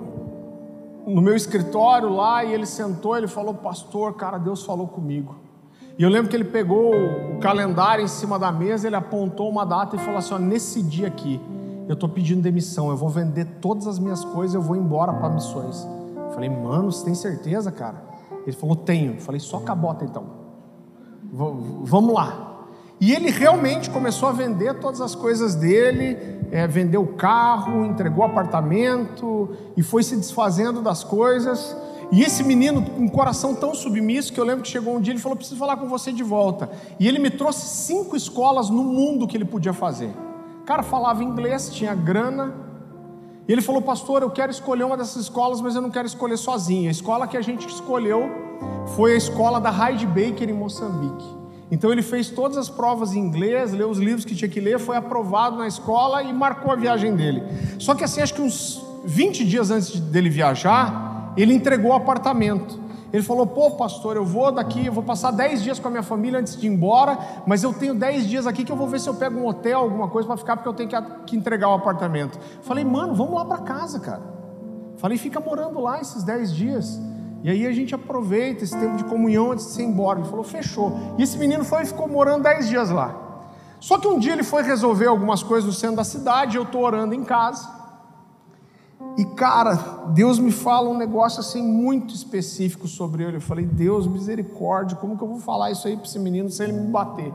meu escritório lá, e ele sentou, ele falou, pastor, cara, Deus falou comigo. E eu lembro que ele pegou o calendário em cima da mesa, ele apontou uma data e falou assim, ó, nesse dia aqui, eu estou pedindo demissão, eu vou vender todas as minhas coisas, eu vou embora para missões. Eu falei, mano, você tem certeza, cara? Ele falou, tenho. Eu falei, só cabota então. Vamos lá. E ele realmente começou a vender todas as coisas dele, vendeu o carro, entregou o apartamento e foi se desfazendo das coisas. E esse menino com um coração tão submisso que eu lembro que chegou um dia, ele falou, preciso falar com você de volta. E ele me trouxe 5 escolas no mundo que ele podia fazer. O cara falava inglês, tinha grana. E ele falou, pastor, eu quero escolher uma dessas escolas, mas eu não quero escolher sozinho. A escola que a gente escolheu foi a escola da Heidi Baker em Moçambique. Então ele fez todas as provas em inglês, leu os livros que tinha que ler, foi aprovado na escola e marcou a viagem dele. Só que assim, acho que uns 20 dias antes dele viajar, ele entregou o apartamento. Ele falou, pô pastor, eu vou passar 10 dias com a minha família antes de ir embora, mas eu tenho 10 dias aqui que eu vou ver se eu pego um hotel, alguma coisa para ficar, porque eu tenho que entregar o apartamento. Falei, mano, vamos lá para casa, cara. Falei, fica morando lá esses 10 dias. E aí a gente aproveita esse tempo de comunhão antes de ser embora. Ele falou, fechou. E esse menino foi e ficou morando 10 dias lá. Só que um dia ele foi resolver algumas coisas no centro da cidade, eu estou orando em casa. E cara, Deus me fala um negócio assim muito específico sobre ele. Eu falei, Deus, misericórdia, como que eu vou falar isso aí para esse menino sem ele me bater?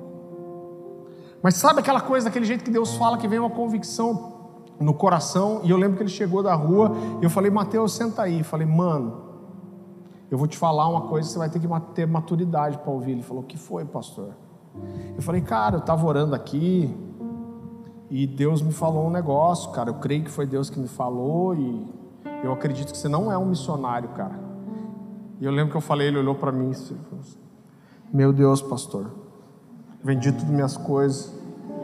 Mas sabe aquela coisa, daquele jeito que Deus fala, que vem uma convicção no coração? E eu lembro que ele chegou da rua e eu falei, Mateus, senta aí. Eu falei, mano, eu vou te falar uma coisa, você vai ter que ter maturidade para ouvir. Ele falou, o que foi, pastor? Eu falei, cara, eu estava orando aqui e Deus me falou um negócio, cara. Eu creio que foi Deus que me falou e eu acredito que você não é um missionário, cara. E eu lembro que eu falei, ele olhou para mim e falou assim, meu Deus, pastor, vendi tudo minhas coisas,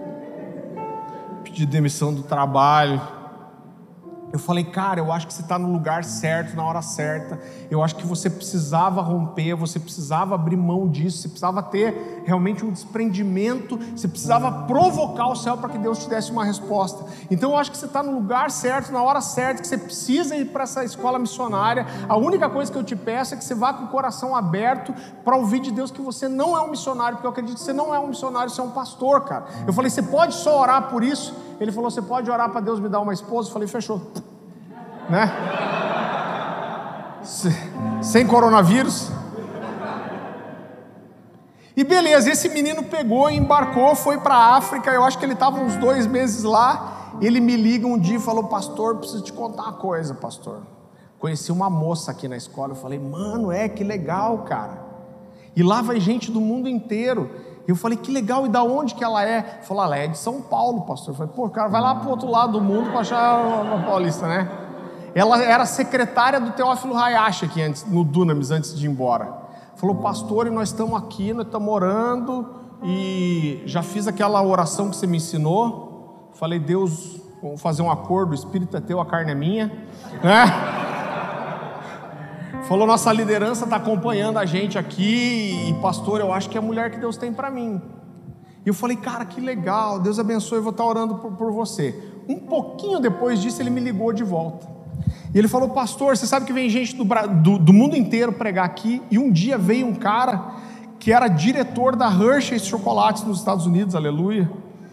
pedi demissão do trabalho. Eu falei, cara, eu acho que você está no lugar certo, na hora certa. Eu acho que você precisava romper, você precisava abrir mão disso, você precisava ter realmente um desprendimento, você precisava provocar o céu para que Deus te desse uma resposta. Então eu acho que você está no lugar certo, na hora certa, que você precisa ir para essa escola missionária. A única coisa que eu te peço é que você vá com o coração aberto para ouvir de Deus que você não é um missionário, porque eu acredito que você não é um missionário, você é um pastor, cara. Eu falei, você pode só orar por isso? Ele falou, você pode orar para Deus me dar uma esposa? Eu falei, fechou. Né? Sem coronavírus. E beleza, esse menino pegou, embarcou, foi para a África. Eu acho que ele estava uns 2 meses lá. Ele me liga um dia e falou, pastor, preciso te contar uma coisa, pastor. Conheci uma moça aqui na escola. Eu falei, mano, que legal, cara. E lá vai gente do mundo inteiro. Eu falei, que legal, e da onde que ela é? Ele falou, ela é de São Paulo, pastor. Eu falei, pô, cara, vai lá pro outro lado do mundo para achar uma paulista, né? Ela era secretária do Teófilo Hayashi aqui antes, no Dunamis, antes de ir embora. Falou, pastor, e nós estamos aqui, nós estamos orando, e já fiz aquela oração que você me ensinou. Falei, Deus, vamos fazer um acordo, o espírito é teu, a carne é minha. Né? Falou, nossa liderança está acompanhando a gente aqui, e pastor, eu acho que é a mulher que Deus tem para mim. E eu falei, cara, que legal, Deus abençoe, eu vou estar orando por você. Um pouquinho depois disso, ele me ligou de volta. E ele falou, pastor, você sabe que vem gente do mundo inteiro pregar aqui, e um dia veio um cara que era diretor da Hershey's Chocolates nos Estados Unidos, aleluia.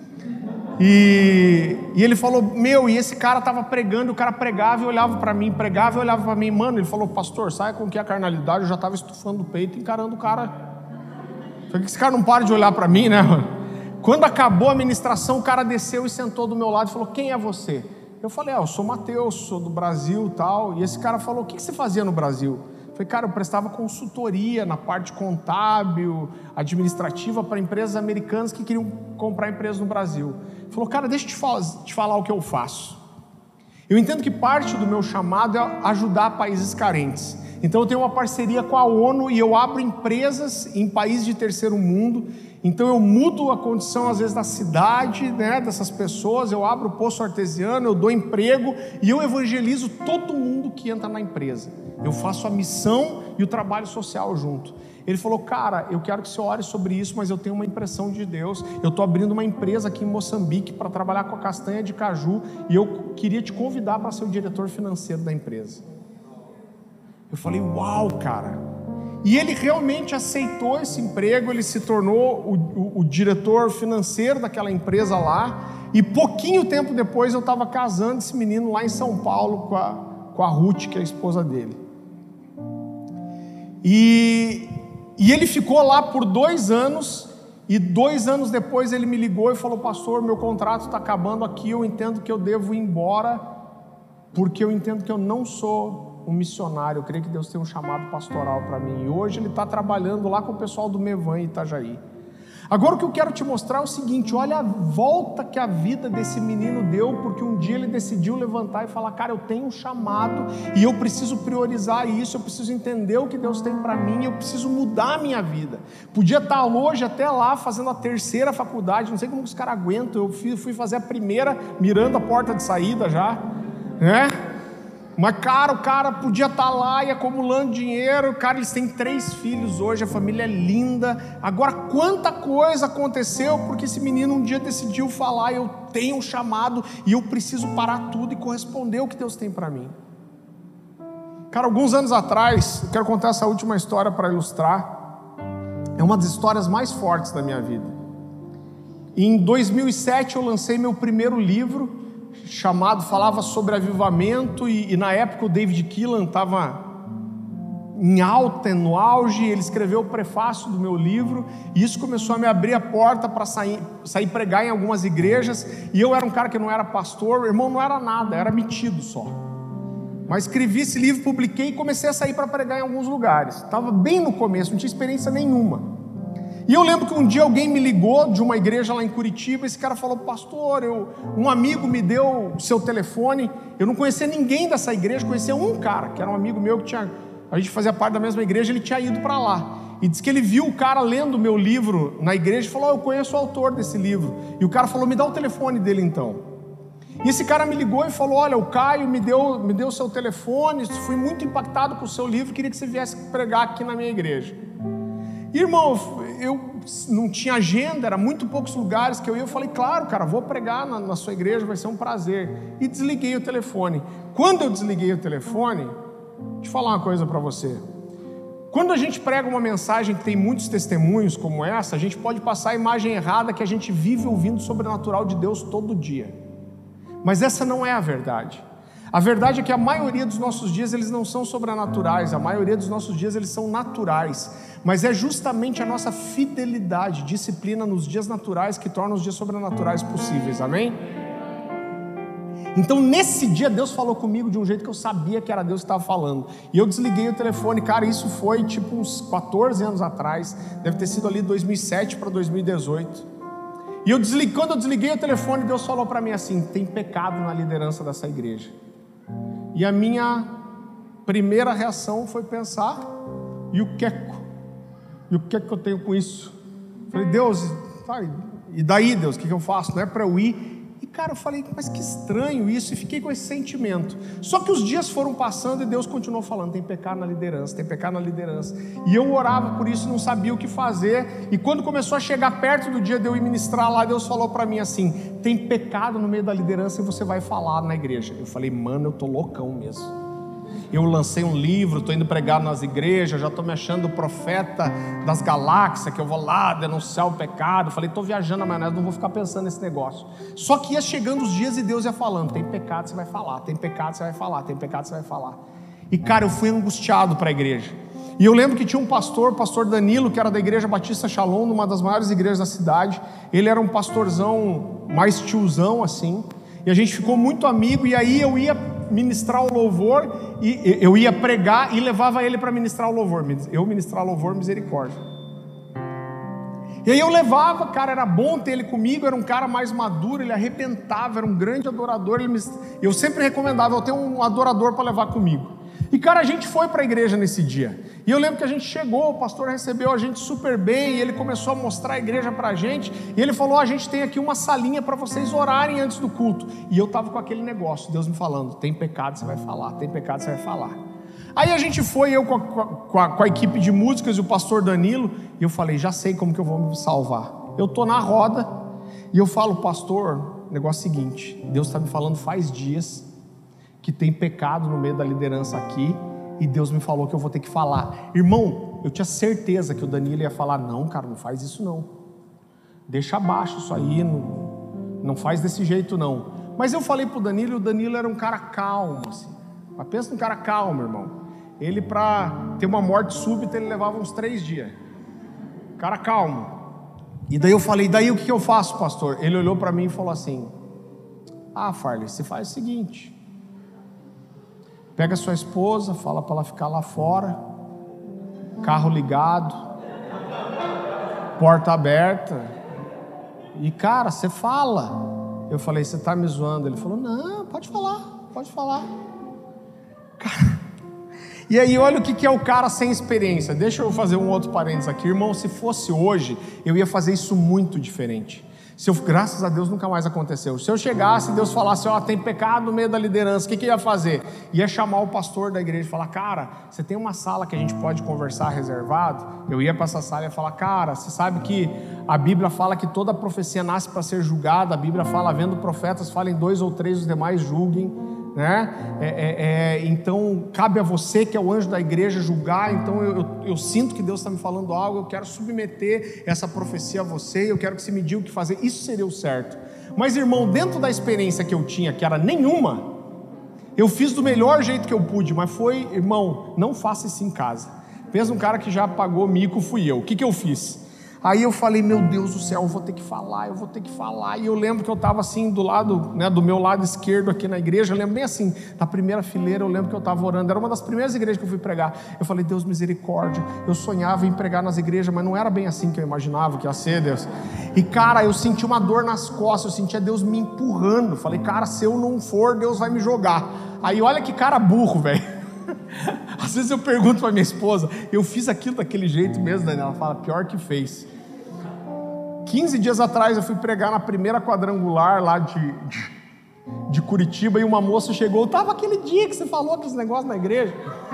E ele falou, e esse cara estava pregando, o cara pregava e olhava para mim, mano, ele falou, pastor, sabe com que a carnalidade, eu já estava estufando o peito, encarando o cara. Falei, que esse cara não para de olhar para mim, né, mano? Quando acabou a ministração, o cara desceu e sentou do meu lado e falou: quem é você? Eu falei: eu sou Mateus, sou do Brasil e tal. E esse cara falou: o que você fazia no Brasil? Eu falei: cara, eu prestava consultoria na parte contábil, administrativa para empresas americanas que queriam comprar empresas no Brasil. Ele falou: cara, deixa eu te falar o que eu faço. Eu entendo que parte do meu chamado é ajudar países carentes. Então eu tenho uma parceria com a ONU e eu abro empresas em países de terceiro mundo. Então eu mudo a condição às vezes da cidade, né, dessas pessoas. Eu abro o poço artesiano, eu dou emprego e eu evangelizo todo mundo que entra na empresa. Eu faço a missão e o trabalho social junto. Ele falou: cara, eu quero que você ore sobre isso, mas eu tenho uma impressão de Deus. Eu estou abrindo uma empresa aqui em Moçambique para trabalhar com a castanha de caju e eu queria te convidar para ser o diretor financeiro da empresa. Eu falei: uau, cara. E ele realmente aceitou esse emprego, ele se tornou o diretor financeiro daquela empresa lá, e pouquinho tempo depois eu estava casando esse menino lá em São Paulo com a Ruth, que é a esposa dele. E ele ficou lá por 2 anos, e 2 anos depois ele me ligou e falou: pastor, meu contrato está acabando aqui, eu entendo que eu devo ir embora, porque eu entendo que eu não sou um missionário, eu creio que Deus tem um chamado pastoral para mim. E hoje ele está trabalhando lá com o pessoal do Mevan em Itajaí. Agora o que eu quero te mostrar é o seguinte: olha a volta que a vida desse menino deu, porque um dia ele decidiu levantar e falar: cara, eu tenho um chamado e eu preciso priorizar isso, eu preciso entender o que Deus tem para mim, eu preciso mudar a minha vida. Podia estar hoje até lá fazendo a 3ª faculdade, não sei como os caras aguentam. Eu fui fazer a 1ª, mirando a porta de saída já, né? Mas cara, o cara podia estar lá e acumulando dinheiro. Cara, eles têm 3 filhos hoje, a família é linda. Agora, quanta coisa aconteceu porque esse menino um dia decidiu falar: eu tenho um chamado e eu preciso parar tudo e corresponder ao que Deus tem para mim. Cara, alguns anos atrás, eu quero contar essa última história para ilustrar. É uma das histórias mais fortes da minha vida. Em 2007 eu lancei meu primeiro livro, falava sobre avivamento, e na época o David Keelan estava em alta, no auge. Ele escreveu o prefácio do meu livro, e isso começou a me abrir a porta para sair pregar em algumas igrejas. E eu era um cara que não era pastor, irmão, não era nada, era metido só. Mas escrevi esse livro, publiquei e comecei a sair para pregar em alguns lugares. Estava bem no começo, não tinha experiência nenhuma. E eu lembro que um dia alguém me ligou de uma igreja lá em Curitiba. Esse cara falou: pastor, um amigo me deu o seu telefone. Eu não conhecia ninguém dessa igreja, conhecia um cara, que era um amigo meu que a gente fazia parte da mesma igreja, ele tinha ido para lá. E disse que ele viu o cara lendo o meu livro na igreja e falou: eu conheço o autor desse livro. E o cara falou: me dá o telefone dele então. E esse cara me ligou e falou: olha, o Caio me deu o seu telefone, fui muito impactado com o seu livro, queria que você viesse pregar aqui na minha igreja. Irmão, eu não tinha agenda, era muito poucos lugares que eu ia. Eu falei: claro, cara, vou pregar na sua igreja, vai ser um prazer. E desliguei o telefone. Quando eu desliguei o telefone, deixa eu falar uma coisa para você. Quando a gente prega uma mensagem que tem muitos testemunhos como essa, a gente pode passar a imagem errada que a gente vive ouvindo o sobrenatural de Deus todo dia. Mas essa não é a verdade. A verdade é que a maioria dos nossos dias eles não são sobrenaturais, a maioria dos nossos dias eles são naturais, mas é justamente a nossa fidelidade, disciplina nos dias naturais que torna os dias sobrenaturais possíveis, amém? Então nesse dia Deus falou comigo de um jeito que eu sabia que era Deus que estava falando, e eu desliguei o telefone. Cara, isso foi tipo uns 14 anos atrás, deve ter sido ali 2007 para 2018, e quando eu desliguei o telefone, Deus falou para mim assim: tem pecado na liderança dessa igreja. E a minha primeira reação foi pensar: e o que é que eu tenho com isso? Falei: Deus, e daí, Deus, o que eu faço? Não é para eu ir? E cara, eu falei: mas que estranho isso, e fiquei com esse sentimento. Só que os dias foram passando e Deus continuou falando: tem pecado na liderança, tem pecado na liderança. E eu orava por isso, não sabia o que fazer. E quando começou a chegar perto do dia de eu ir ministrar lá, Deus falou para mim assim: tem pecado no meio da liderança e você vai falar na igreja. Eu falei: mano, eu tô loucão mesmo. Eu lancei um livro, estou indo pregar nas igrejas, já estou me achando o profeta das galáxias, que eu vou lá denunciar o pecado. Falei: estou viajando na maionese, não vou ficar pensando nesse negócio. Só que ia chegando os dias e Deus ia falando: tem pecado, você vai falar, tem pecado, você vai falar, tem pecado, você vai falar. E cara, eu fui angustiado para a igreja. E eu lembro que tinha um pastor, o pastor Danilo, que era da Igreja Batista Shalom, uma das maiores igrejas da cidade. Ele era um pastorzão mais tiozão assim, e a gente ficou muito amigo. E aí eu ia ministrar o louvor, e eu ia pregar e levava ele para ministrar o louvor. Eu ministrar louvor, misericórdia. E aí eu levava, cara, era bom ter ele comigo. Era um cara mais maduro, ele arrebentava, era um grande adorador. Eu sempre recomendava eu ter um adorador para levar comigo. E cara, a gente foi para a igreja nesse dia, e eu lembro que a gente chegou, o pastor recebeu a gente super bem, e ele começou a mostrar a igreja para a gente, e ele falou: a gente tem aqui uma salinha para vocês orarem antes do culto. E eu estava com aquele negócio, Deus me falando: tem pecado, você vai falar, tem pecado, você vai falar. Aí a gente foi, eu com a equipe de músicas e o pastor Danilo, e eu falei: já sei como que eu vou me salvar. Eu estou na roda, e eu falo: pastor, negócio é o seguinte, Deus está me falando faz dias que tem pecado no meio da liderança aqui, e Deus me falou que eu vou ter que falar. Irmão, eu tinha certeza que o Danilo ia falar: não, cara, não faz isso não, deixa abaixo isso aí, não faz desse jeito não. Mas eu falei pro Danilo, e o Danilo era um cara calmo assim. Mas pensa num cara calmo, irmão. Ele, para ter uma morte súbita, ele levava uns 3 dias. Cara calmo. E daí eu falei: daí o que eu faço, pastor? Ele olhou para mim e falou assim: Farley, você faz o seguinte, pega sua esposa, fala para ela ficar lá fora, carro ligado, porta aberta, e cara, você fala. Eu falei: você está me zoando? Ele falou: não, pode falar, pode falar. Cara, e aí olha o que é o cara sem experiência. Deixa eu fazer um outro parênteses aqui, irmão. Se fosse hoje, eu ia fazer isso muito diferente. Graças a Deus nunca mais aconteceu. Se eu chegasse e Deus falasse: tem pecado no meio da liderança, o que eu ia fazer? Ia chamar o pastor da igreja e falar: cara, você tem uma sala que a gente pode conversar reservado? Eu ia para essa sala e ia falar: cara, você sabe que a Bíblia fala que toda profecia nasce para ser julgada. A Bíblia fala: vendo profetas, falem 2 ou 3, os demais julguem, né? Então cabe a você, que é o anjo da igreja, julgar. Então eu sinto que Deus está me falando algo, eu quero submeter essa profecia a você, eu quero que você me diga o que fazer. Isso seria o certo. Mas irmão, dentro da experiência que eu tinha, que era nenhuma, eu fiz do melhor jeito que eu pude. Mas foi, irmão, não faça isso em casa. Pensa um cara que já pagou mico, fui eu. O que eu fiz? Aí eu falei: meu Deus do céu, eu vou ter que falar. E eu lembro que eu estava assim do lado, né, do meu lado esquerdo aqui na igreja. Eu lembro bem assim, na primeira fileira. Eu lembro que eu estava orando, era uma das primeiras igrejas que eu fui pregar. Eu falei: Deus, misericórdia. Eu sonhava em pregar nas igrejas, mas não era bem assim que eu imaginava que ia ser, Deus. E cara, eu senti uma dor nas costas, eu sentia Deus me empurrando. Falei: cara, se eu não for, Deus vai me jogar. Aí olha que cara burro, velho. Às vezes eu pergunto para minha esposa: eu fiz aquilo daquele jeito mesmo, Daniela? Ela fala: pior que fez. 15 dias atrás eu fui pregar na primeira quadrangular lá de Curitiba, e uma moça chegou: estava aquele dia que você falou aqueles negócios na igreja.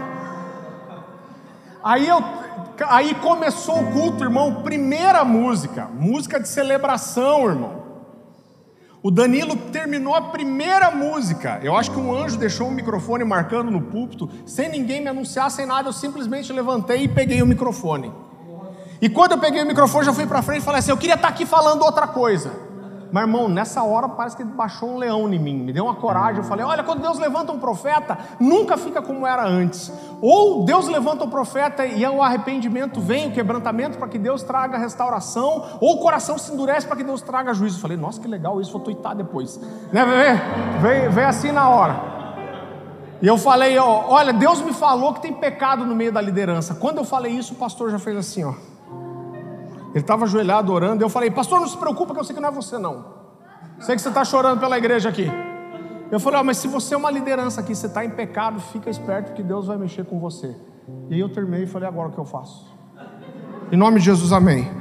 Aí começou o culto, irmão, primeira música de celebração, irmão. O Danilo terminou a primeira música. Eu acho que um anjo deixou um microfone marcando no púlpito, sem ninguém me anunciar, sem nada. Eu simplesmente levantei e peguei o microfone. E quando eu peguei o microfone, já fui para frente e falei assim: eu queria estar aqui falando outra coisa. Mas irmão, nessa hora parece que baixou um leão em mim, me deu uma coragem. Eu falei: olha, quando Deus levanta um profeta, nunca fica como era antes. Ou Deus levanta um profeta e o arrependimento vem, o quebrantamento, para que Deus traga restauração, ou o coração se endurece para que Deus traga juízo. Eu falei: nossa, que legal isso, vou tuitar depois, né? Veio assim na hora. E eu falei: olha, Deus me falou que tem pecado no meio da liderança. Quando eu falei isso, o pastor já fez assim, ó. Ele estava ajoelhado orando. Eu falei: pastor, não se preocupa, que eu sei que não é você não. Sei que você está chorando pela igreja aqui. Eu falei: mas se você é uma liderança aqui, você está em pecado, fica esperto que Deus vai mexer com você. E aí eu terminei e falei: agora o que eu faço? Em nome de Jesus, amém.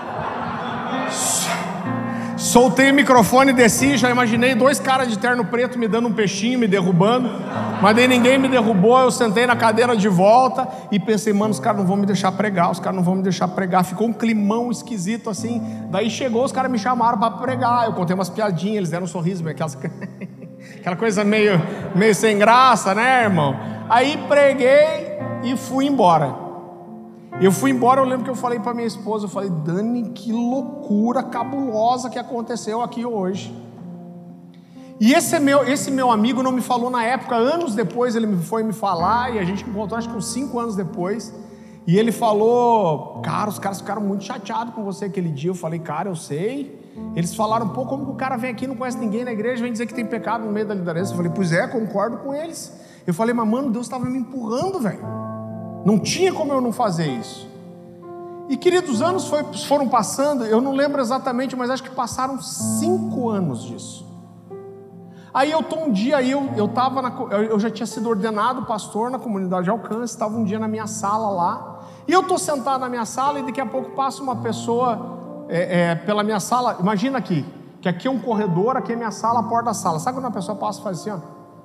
Soltei o microfone e desci. Já imaginei 2 caras de terno preto me dando um peixinho, me derrubando. Mas daí ninguém me derrubou. Eu sentei na cadeira de volta e pensei: mano, os caras não vão me deixar pregar. Ficou um climão esquisito assim. Daí chegou, os caras me chamaram para pregar. Eu contei umas piadinhas, eles deram um sorriso, aquela coisa meio sem graça, né, irmão? Aí preguei e fui embora. Eu lembro que eu falei para minha esposa, eu falei: Dani, que loucura cabulosa que aconteceu aqui hoje. E esse meu amigo não me falou na época, anos depois ele foi me falar, e a gente encontrou acho que uns 5 anos depois. E ele falou, cara, os caras ficaram muito chateados com você aquele dia. Eu falei, cara, eu sei. Eles falaram, pô, como que o cara vem aqui, não conhece ninguém na igreja, vem dizer que tem pecado no meio da liderança? Eu falei, pois é, concordo com eles. Eu falei, mas mano, Deus estava me empurrando, velho. Não tinha como eu não fazer isso. E queridos, anos foram passando, eu não lembro exatamente, mas acho que passaram 5 anos disso. Aí eu estou um dia, eu já tinha sido ordenado pastor na comunidade de alcance, estava um dia na minha sala lá, e eu estou sentado na minha sala e daqui a pouco passa uma pessoa pela minha sala. Imagina aqui, que aqui é um corredor, aqui é minha sala, a porta da sala. Sabe quando uma pessoa passa e faz assim, ó?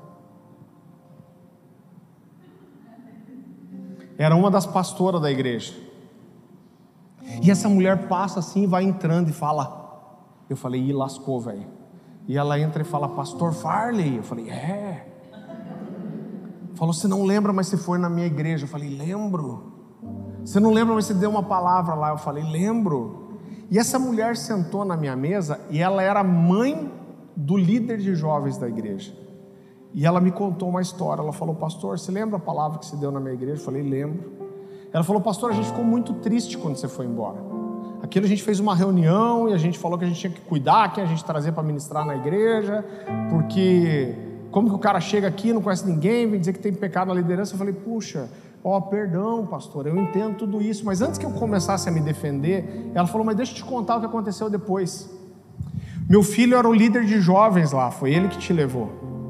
Era uma das pastoras da igreja. E essa mulher passa assim, vai entrando e fala. Eu falei, ih, lascou, velho. E ela entra e fala, pastor Farley. Eu falei, é. Falou, você não lembra, mas você foi na minha igreja. Eu falei, lembro. Você não lembra, mas você deu uma palavra lá. Eu falei, lembro. E essa mulher sentou na minha mesa e ela era mãe do líder de jovens da igreja. E ela me contou uma história. Ela falou, pastor, você lembra a palavra que você deu na minha igreja? Eu falei, lembro. Ela falou, pastor, a gente ficou muito triste quando você foi embora. Aquilo a gente fez uma reunião e a gente falou que a gente tinha que cuidar, quem a gente trazer para ministrar na igreja, porque como que o cara chega aqui, não conhece ninguém, vem dizer que tem pecado na liderança? Eu falei, puxa, perdão, pastor, eu entendo tudo isso, mas antes que eu começasse a me defender, ela falou, mas deixa eu te contar o que aconteceu depois. Meu filho era o líder de jovens lá, foi ele que te levou.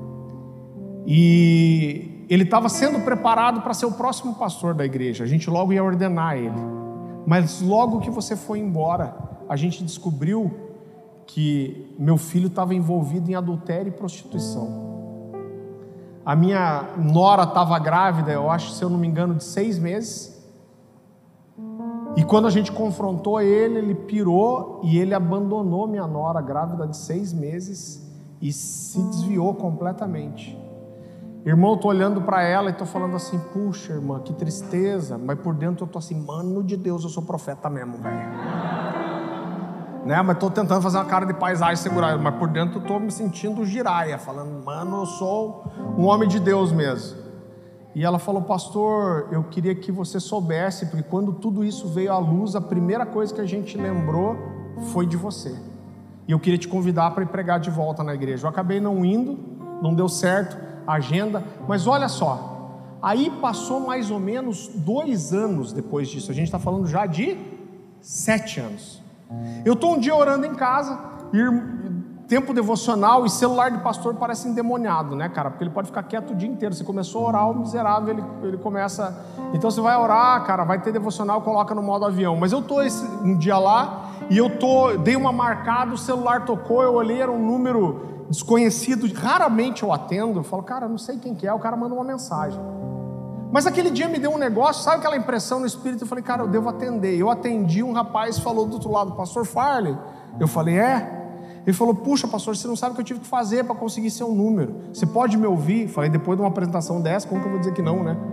E ele estava sendo preparado para ser o próximo pastor da igreja, a gente logo ia ordenar ele. Mas logo que você foi embora, a gente descobriu que meu filho estava envolvido em adultério e prostituição. A minha nora estava grávida, eu acho, se eu não me engano, de 6 meses. E quando a gente confrontou ele pirou e ele abandonou minha nora grávida de 6 meses e se desviou completamente. Irmão, eu estou olhando para ela e estou falando assim, puxa irmã, que tristeza. Mas por dentro eu estou assim, mano de Deus, eu sou profeta mesmo, velho. Né? Mas estou tentando fazer uma cara de paisagem segurar, mas por dentro eu estou me sentindo giraia, falando, mano, eu sou um homem de Deus mesmo. E ela falou, pastor, eu queria que você soubesse, porque quando tudo isso veio à luz, a primeira coisa que a gente lembrou foi de você. E eu queria te convidar para ir pregar de volta na igreja. Eu acabei não indo, não deu certo a agenda, mas olha só, aí passou mais ou menos 2 anos depois disso, a gente está falando já de 7 anos. Eu estou um dia orando em casa, tempo devocional, e celular de pastor parece endemoniado, né, cara? Porque ele pode ficar quieto o dia inteiro. Você começou a orar, o miserável, ele começa. Então você vai orar, cara, vai ter devocional, coloca no modo avião. Mas eu estou um dia lá, e dei uma marcada, o celular tocou, eu olhei, era um número desconhecido, raramente eu atendo. Eu falo, cara, não sei quem que é, o cara manda uma mensagem. Mas aquele dia me deu um negócio, sabe aquela impressão no espírito? Eu falei, cara, eu devo atender. Eu atendi, um rapaz falou do outro lado, pastor Farley. Eu falei, é? Ele falou, puxa pastor, você não sabe o que eu tive que fazer para conseguir seu número, você pode me ouvir? Falei, depois de uma apresentação dessa, como que eu vou dizer que não, né?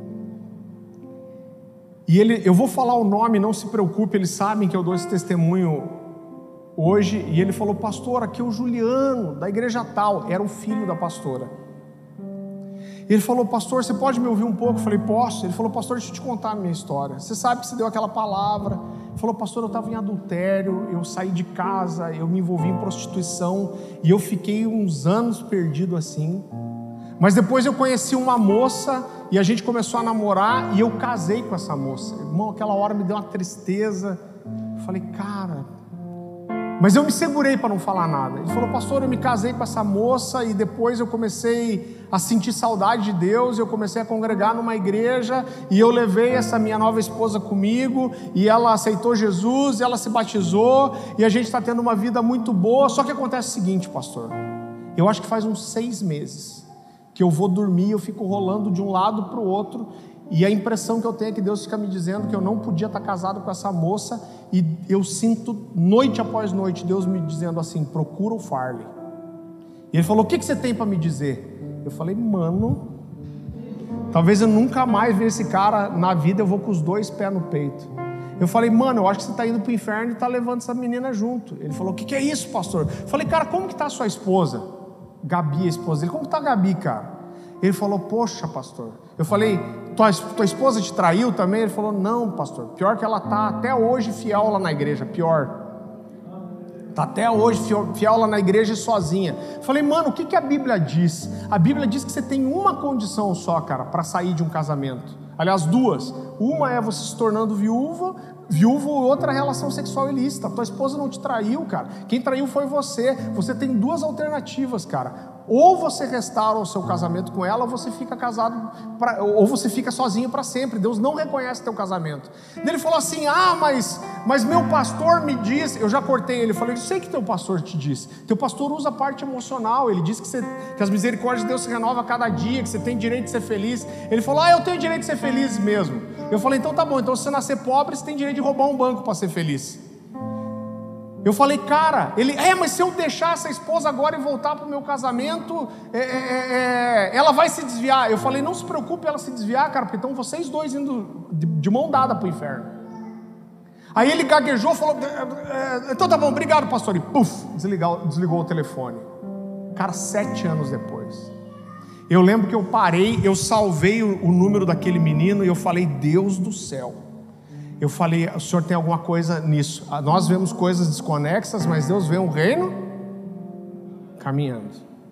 E eu vou falar o nome, não se preocupe, eles sabem que eu dou esse testemunho hoje. E ele falou, pastor, aqui é o Juliano, da igreja tal, era o filho da pastora. Ele falou, pastor, você pode me ouvir um pouco? Eu falei, posso. Ele falou, pastor, deixa eu te contar a minha história. Você sabe que você deu aquela palavra. Ele falou, pastor, eu estava em adultério, eu saí de casa, eu me envolvi em prostituição, e eu fiquei uns anos perdido assim. Mas depois eu conheci uma moça, e a gente começou a namorar, e eu casei com essa moça. Irmão, aquela hora me deu uma tristeza. Eu falei, cara... Mas eu me segurei para não falar nada. Ele falou, pastor, eu me casei com essa moça e depois eu comecei a sentir saudade de Deus, eu comecei a congregar numa igreja e eu levei essa minha nova esposa comigo e ela aceitou Jesus, ela se batizou e a gente está tendo uma vida muito boa. Só que acontece o seguinte, pastor, eu acho que faz uns 6 meses que eu vou dormir, eu fico rolando de um lado para o outro. E a impressão que eu tenho é que Deus fica me dizendo que eu não podia estar casado com essa moça. E eu sinto, noite após noite, Deus me dizendo assim, procura o Farley. E ele falou, o que você tem para me dizer? Eu falei, mano, talvez eu nunca mais veja esse cara na vida, eu vou com os 2 pés no peito. Eu falei, mano, eu acho que você está indo para o inferno e está levando essa menina junto. Ele falou, o que é isso, pastor? Eu falei, cara, como que está a sua esposa? Gabi, a esposa dele, como que está a Gabi, cara? Ele falou, poxa, pastor. Eu falei, tua esposa te traiu também? Ele falou, não, pastor, pior que ela está até hoje fiel lá na igreja, pior. Está até hoje fiel lá na igreja e sozinha. Eu falei, mano, o que a Bíblia diz? A Bíblia diz que você tem uma condição só, cara, para sair de um casamento. Aliás, duas. Uma é você se tornando viúvo, outra relação sexual ilícita. Tua esposa não te traiu, cara. Quem traiu foi você. Você tem duas alternativas, cara. Ou você restaura o seu casamento com ela, ou você fica casado, ou você fica sozinho para sempre. Deus não reconhece teu casamento. Ele falou assim, mas meu pastor me disse, eu já cortei ele, falei, eu sei que teu pastor te disse, teu pastor usa a parte emocional, ele disse que as misericórdias de Deus se renovam a cada dia, que você tem direito de ser feliz. Ele falou, eu tenho direito de ser feliz mesmo. Eu falei, então tá bom, então se você nascer pobre, você tem direito de roubar um banco para ser feliz. Eu falei, cara, mas se eu deixar essa esposa agora e voltar para o meu casamento, ela vai se desviar. Eu falei, não se preocupe ela se desviar, cara, porque estão vocês dois indo de mão dada para o inferno. Aí ele gaguejou, falou, então tá bom, obrigado, pastor, e puf, desligou o telefone. Cara, 7 anos depois, eu lembro que eu parei, eu salvei o número daquele menino e eu falei, Deus do céu. Eu falei, o senhor tem alguma coisa nisso? Nós vemos coisas desconexas, mas Deus vê um reino caminhando.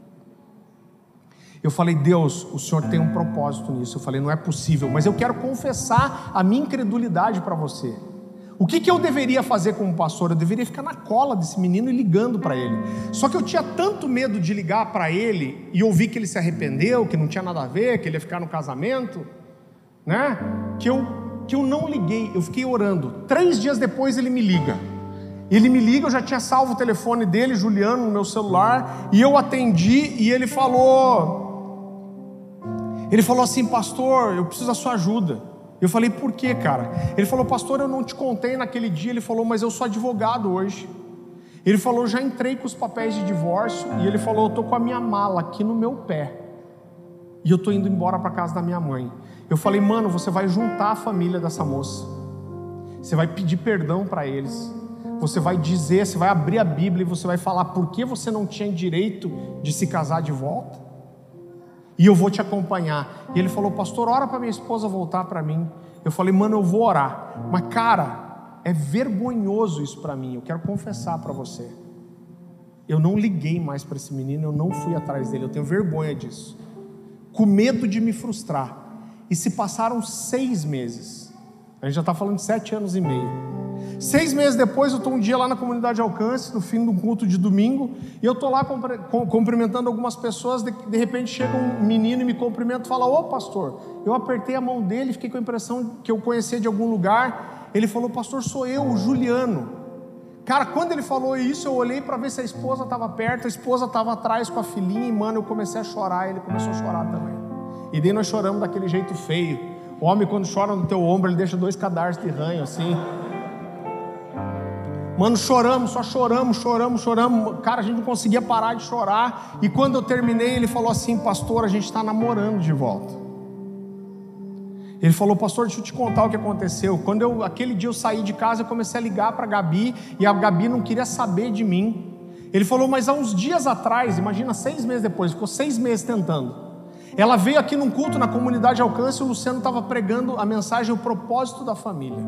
Eu falei, Deus, o senhor tem um propósito nisso. Eu falei, não é possível, mas eu quero confessar a minha incredulidade para você. O que eu deveria fazer como pastor? Eu deveria ficar na cola desse menino e ligando para ele. Só que eu tinha tanto medo de ligar para ele e ouvir que ele se arrependeu, que não tinha nada a ver, que ele ia ficar no casamento, né? Que eu não liguei, eu fiquei orando. 3 dias depois ele me liga, eu já tinha salvo o telefone dele, Juliano, no meu celular, e eu atendi, e ele falou assim, pastor, eu preciso da sua ajuda. Eu falei, por quê, cara? Ele falou, pastor, eu não te contei naquele dia. Ele falou, mas eu sou advogado hoje. Ele falou, já entrei com os papéis de divórcio, e ele falou, eu estou com a minha mala aqui no meu pé, e eu estou indo embora para casa da minha mãe. Eu falei, mano, você vai juntar a família dessa moça, você vai pedir perdão para eles, você vai dizer, você vai abrir a Bíblia e você vai falar por que você não tinha direito de se casar de volta, e eu vou te acompanhar. E ele falou, pastor, ora para minha esposa voltar para mim. Eu falei, mano, eu vou orar, mas cara, é vergonhoso isso para mim, eu quero confessar para você, eu não liguei mais para esse menino, eu não fui atrás dele, eu tenho vergonha disso, com medo de me frustrar. E se passaram 6 meses, a gente já está falando de 7 anos e meio. 6 meses depois, eu estou um dia lá na comunidade de Alcance, no fim de um culto de domingo, e eu estou lá cumprimentando algumas pessoas. De repente chega um menino e me cumprimenta e fala, ô pastor, eu apertei a mão dele, fiquei com a impressão que eu conhecia de algum lugar. Ele falou, pastor, sou eu, o Juliano. Cara, quando ele falou isso, eu olhei para ver se a esposa estava perto, a esposa estava atrás com a filhinha, e mano, eu comecei a chorar, ele começou a chorar também. E daí nós choramos daquele jeito feio. O homem, quando chora no teu ombro, ele deixa 2 cadarços de ranho assim. Mano, choramos, só choramos. Cara, a gente não conseguia parar de chorar. E quando eu terminei, ele falou assim, pastor, a gente está namorando de volta. Ele falou, pastor, deixa eu te contar o que aconteceu. Aquele dia eu saí de casa, eu comecei a ligar para a Gabi, e a Gabi não queria saber de mim. Ele falou, mas há uns dias atrás, imagina, 6 meses depois, ficou 6 meses tentando. Ela veio aqui num culto na comunidade Alcance, e o Luciano estava pregando a mensagem, o propósito da família.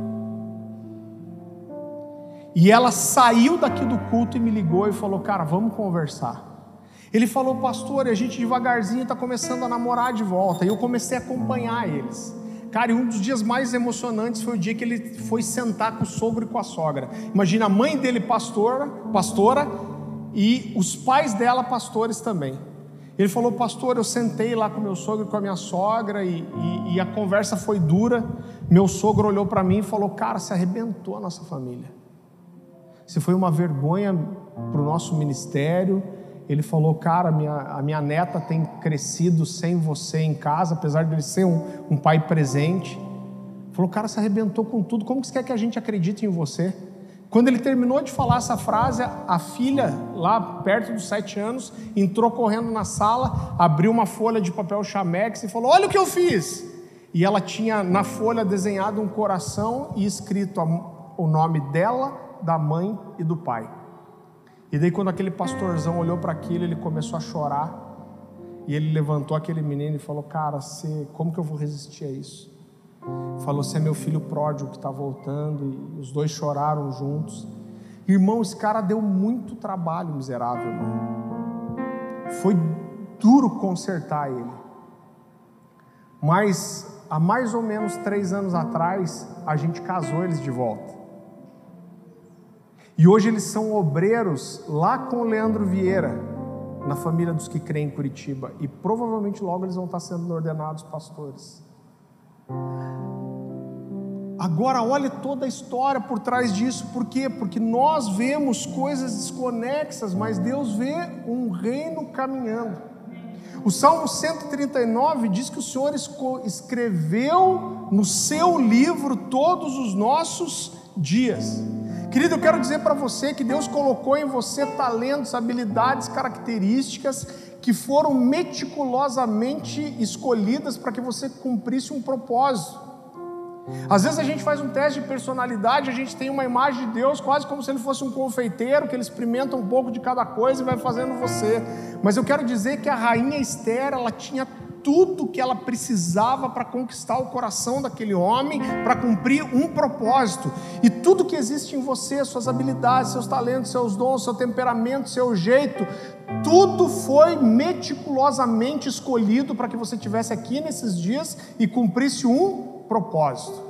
E ela saiu daqui do culto e me ligou e falou, cara, vamos conversar. Ele falou, pastor, a gente devagarzinho está começando a namorar de volta. E eu comecei a acompanhar eles. Cara, e um dos dias mais emocionantes foi o dia que ele foi sentar com o sogro e com a sogra. Imagina, a mãe dele pastora, e os pais dela pastores também. Ele falou, pastor, eu sentei lá com meu sogro e com a minha sogra, e a conversa foi dura. Meu sogro olhou para mim e falou, cara, se arrebentou a nossa família, você foi uma vergonha para o nosso ministério. Ele falou, cara, a minha neta tem crescido sem você em casa, apesar de ele ser um pai presente. Falou, cara, se arrebentou com tudo, como que você quer que a gente acredite em você? Quando ele terminou de falar essa frase, a filha, lá perto dos 7 anos, entrou correndo na sala, abriu uma folha de papel chamex e falou, olha o que eu fiz. E ela tinha na folha desenhado um coração e escrito o nome dela, da mãe e do pai. E daí quando aquele pastorzão olhou para aquilo, ele começou a chorar. E ele levantou aquele menino e falou: cara, como que eu vou resistir a isso? Falou: você é meu filho pródigo que está voltando. E os dois choraram juntos. Irmão, esse cara deu muito trabalho, miserável, irmão. Foi duro consertar ele. Mas há mais ou menos 3 anos atrás, a gente casou eles de volta. E hoje eles são obreiros lá com o Leandro Vieira, na família dos que creem em Curitiba. E provavelmente logo eles vão estar sendo ordenados pastores. Agora olhe toda a história por trás disso. Por quê? Porque nós vemos coisas desconexas, mas Deus vê um reino caminhando. O Salmo 139 diz que o Senhor escreveu no seu livro todos os nossos dias. Querido, eu quero dizer para você que Deus colocou em você talentos, habilidades, características que foram meticulosamente escolhidas para que você cumprisse um propósito. Às vezes a gente faz um teste de personalidade, a gente tem uma imagem de Deus quase como se ele fosse um confeiteiro, que ele experimenta um pouco de cada coisa e vai fazendo você. Mas eu quero dizer que a rainha Esther, ela tinha tudo que ela precisava para conquistar o coração daquele homem, para cumprir um propósito. E tudo que existe em você, suas habilidades, seus talentos, seus dons, seu temperamento, seu jeito, tudo foi meticulosamente escolhido para que você estivesse aqui nesses dias e cumprisse um propósito.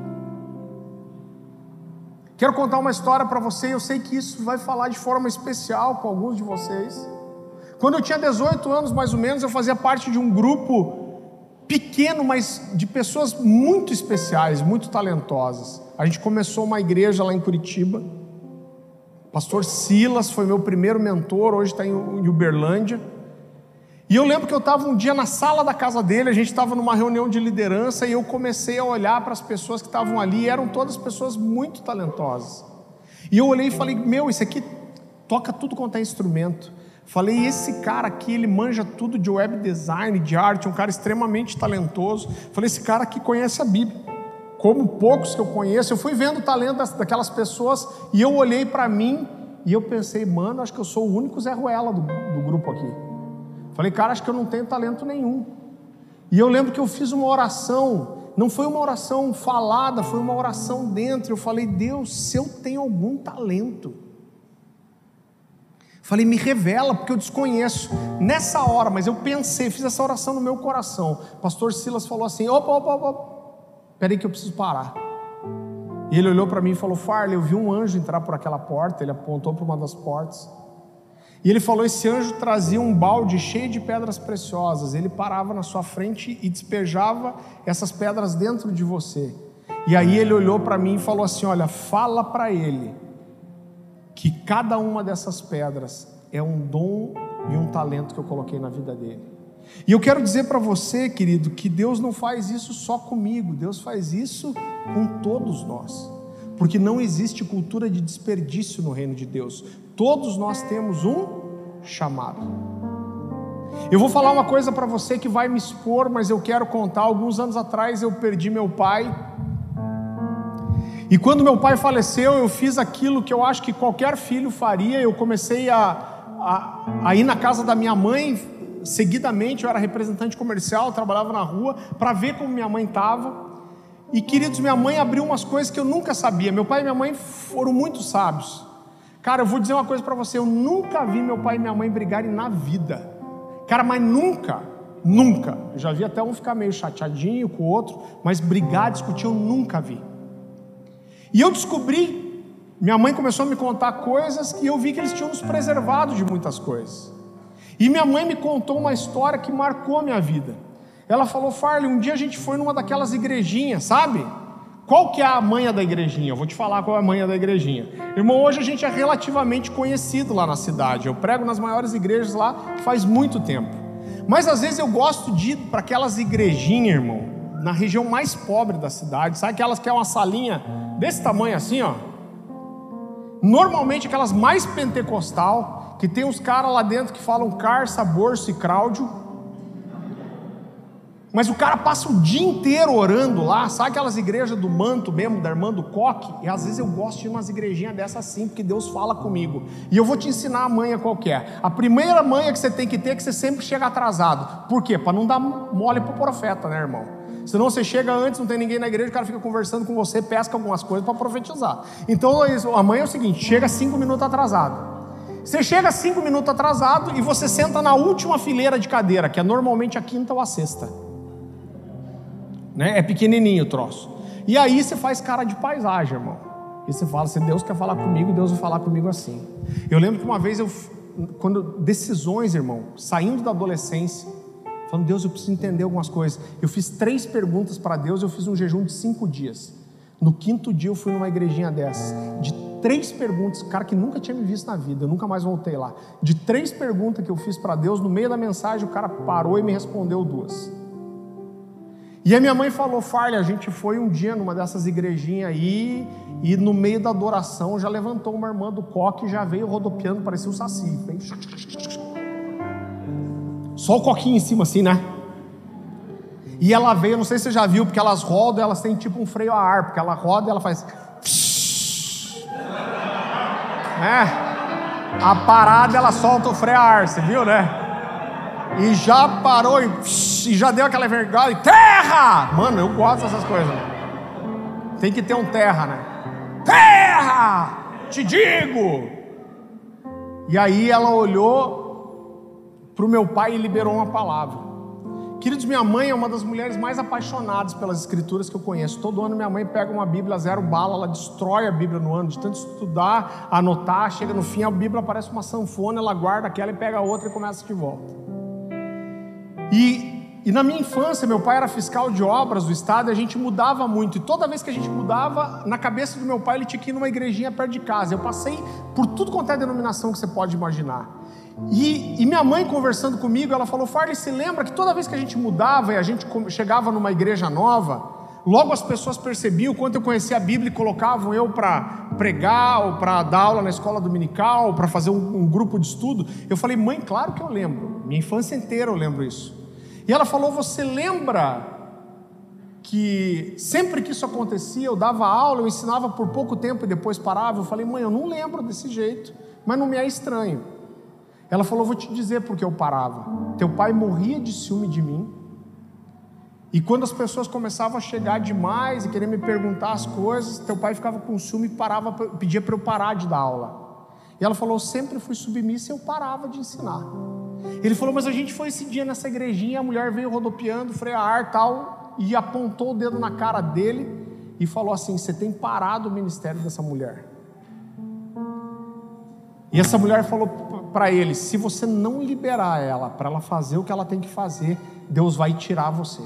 Quero contar uma história para você. Eu sei que isso vai falar de forma especial com alguns de vocês. Quando eu tinha 18 anos mais ou menos, eu fazia parte de um grupo pequeno, mas de pessoas muito especiais, muito talentosas. A gente começou uma igreja lá em Curitiba. O pastor Silas foi meu primeiro mentor, hoje está em Uberlândia. E eu lembro que eu estava um dia na sala da casa dele, a gente estava numa reunião de liderança e eu comecei a olhar para as pessoas que estavam ali, e eram todas pessoas muito talentosas. E eu olhei e falei: meu, esse aqui toca tudo quanto é instrumento. Falei: esse cara aqui, ele manja tudo de web design, de arte, um cara extremamente talentoso. Falei: esse cara aqui conhece a Bíblia, como poucos que eu conheço. Eu fui vendo o talento daquelas pessoas e eu olhei para mim e eu pensei: mano, acho que eu sou o único Zé Ruela do grupo aqui. Falei: cara, acho que eu não tenho talento nenhum. E eu lembro que eu fiz uma oração, não foi uma oração falada, foi uma oração dentro. Eu falei: Deus, se eu tenho algum talento, falei, me revela, porque eu desconheço. Nessa hora, mas eu pensei, fiz essa oração no meu coração. O pastor Silas falou assim: opa, peraí que eu preciso parar. E ele olhou para mim e falou: Farley, eu vi um anjo entrar por aquela porta. Ele apontou para uma das portas. E ele falou: esse anjo trazia um balde cheio de pedras preciosas. Ele parava na sua frente e despejava essas pedras dentro de você. E aí ele olhou para mim e falou assim: olha, fala para ele que cada uma dessas pedras é um dom e um talento que eu coloquei na vida dele. E eu quero dizer para você, querido, que Deus não faz isso só comigo, Deus faz isso com todos nós, porque não existe cultura de desperdício no reino de Deus. Todos nós temos um chamado. Eu vou falar uma coisa para você que vai me expor, mas eu quero contar. Alguns anos atrás eu perdi meu pai. E quando meu pai faleceu, eu fiz aquilo que eu acho que qualquer filho faria. Eu comecei a ir na casa da minha mãe seguidamente. Eu era representante comercial, trabalhava na rua, para ver como minha mãe estava. E queridos, minha mãe abriu umas coisas que eu nunca sabia. Meu pai e minha mãe foram muito sábios. Cara, eu vou dizer uma coisa para você: eu nunca vi meu pai e minha mãe brigarem na vida. Cara, mas nunca. Eu já vi até um ficar meio chateadinho com o outro, mas brigar, discutir, eu nunca vi. E eu descobri, minha mãe começou a me contar coisas que eu vi que eles tinham nos preservado de muitas coisas. E minha mãe me contou uma história que marcou a minha vida. Ela falou: Farley, um dia a gente foi numa daquelas igrejinhas, sabe? Qual que é a manha da igrejinha? Eu vou te falar qual é a manha da igrejinha. Irmão, hoje a gente é relativamente conhecido lá na cidade. Eu prego nas maiores igrejas lá faz muito tempo. Mas às vezes eu gosto de ir para aquelas igrejinhas, irmão, na região mais pobre da cidade. Sabe aquelas que é uma salinha desse tamanho assim, ó? Normalmente aquelas mais pentecostal, que tem uns caras lá dentro que falam Carça, Borso e Cláudio. Mas o cara passa o dia inteiro orando lá, sabe aquelas igrejas do manto mesmo, da irmã do coque? E às vezes eu gosto de ir umas igrejinhas dessas assim, porque Deus fala comigo. E eu vou te ensinar a manha qualquer. A primeira manha que você tem que ter é que você sempre chega atrasado. Por quê? Para não dar mole pro profeta, né, irmão? Senão você chega antes, não tem ninguém na igreja, o cara fica conversando com você, pesca algumas coisas para profetizar. Então a manha é o seguinte: chega 5 minutos atrasado. Você chega 5 minutos atrasado e você senta na última fileira de cadeira, que é normalmente a quinta ou a sexta, né? É pequenininho o troço. E aí você faz cara de paisagem, irmão. E você fala, se Deus quer falar comigo, Deus vai falar comigo assim. Eu lembro que uma vez decisões, irmão, saindo da adolescência, falando, Deus, eu preciso entender algumas coisas. Eu fiz 3 perguntas para Deus, eu fiz um jejum de 5 dias. No 5º dia eu fui numa igrejinha dessas, de 3 perguntas, cara que nunca tinha me visto na vida, eu nunca mais voltei lá. De 3 perguntas que eu fiz para Deus, no meio da mensagem o cara parou e me respondeu 2. E a minha mãe falou, Farley, a gente foi um dia numa dessas igrejinhas aí, e no meio da adoração já levantou uma irmã do coque e já veio rodopiando, parecia um saci. Só o coquinho em cima assim, né? E ela veio, não sei se você já viu, porque elas rodam, elas têm tipo um freio a ar, porque ela roda e ela faz... A parada ela solta o freio a ar, você viu, né? E já parou e já deu aquela vergonha, terra! Mano, eu gosto dessas coisas. Tem que ter um terra, né? Terra! Te digo! E aí ela olhou para o meu pai e liberou uma palavra. Queridos, minha mãe é uma das mulheres mais apaixonadas pelas escrituras que eu conheço. Todo ano minha mãe pega uma Bíblia 0 bala, ela destrói a Bíblia no ano, de tanto estudar, anotar, chega no fim, a Bíblia parece uma sanfona, ela guarda aquela e pega a outra e começa de volta. E na minha infância, meu pai era fiscal de obras do estado e a gente mudava muito. E toda vez que a gente mudava, na cabeça do meu pai, ele tinha que ir numa igrejinha perto de casa. Eu passei por tudo quanto é denominação que você pode imaginar. E minha mãe conversando comigo, ela falou, Farley, se lembra que toda vez que a gente mudava e a gente chegava numa igreja nova, logo as pessoas percebiam o quanto eu conhecia a Bíblia e colocavam eu para pregar ou para dar aula na escola dominical, para fazer um grupo de estudo. Eu falei, mãe, claro que eu lembro, minha infância inteira eu lembro isso. E ela falou, você lembra que sempre que isso acontecia, eu dava aula, eu ensinava por pouco tempo e depois parava? Eu falei, mãe, eu não lembro desse jeito, mas não me é estranho. Ela falou, vou te dizer porque eu parava. Teu pai morria de ciúme de mim. E quando as pessoas começavam a chegar demais e querer me perguntar as coisas, teu pai ficava com ciúme e parava, pedia para eu parar de dar aula. E ela falou, eu sempre fui submissa e eu parava de ensinar. Ele falou, mas a gente foi esse dia nessa igrejinha, e a mulher veio rodopiando, freio a ar e tal, e apontou o dedo na cara dele e falou assim, você tem parado o ministério dessa mulher. E essa mulher falou para ele, se você não liberar ela, para ela fazer o que ela tem que fazer, Deus vai tirar você.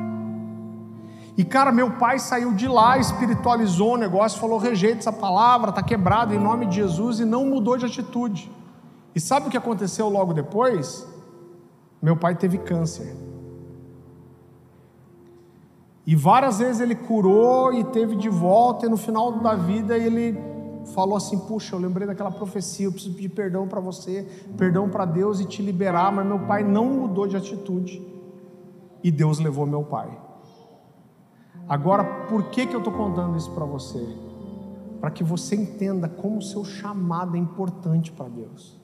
E cara, meu pai saiu de lá, espiritualizou o negócio, falou, rejeita essa palavra, está quebrado em nome de Jesus, e não mudou de atitude. E sabe o que aconteceu logo depois? Meu pai teve câncer. E várias vezes ele curou e teve de volta, e no final da vida ele falou assim, puxa, eu lembrei daquela profecia, eu preciso pedir perdão para você, perdão para Deus e te liberar, mas meu pai não mudou de atitude, e Deus levou meu pai. Agora, por que eu estou contando isso para você? Para que você entenda como o seu chamado é importante para Deus.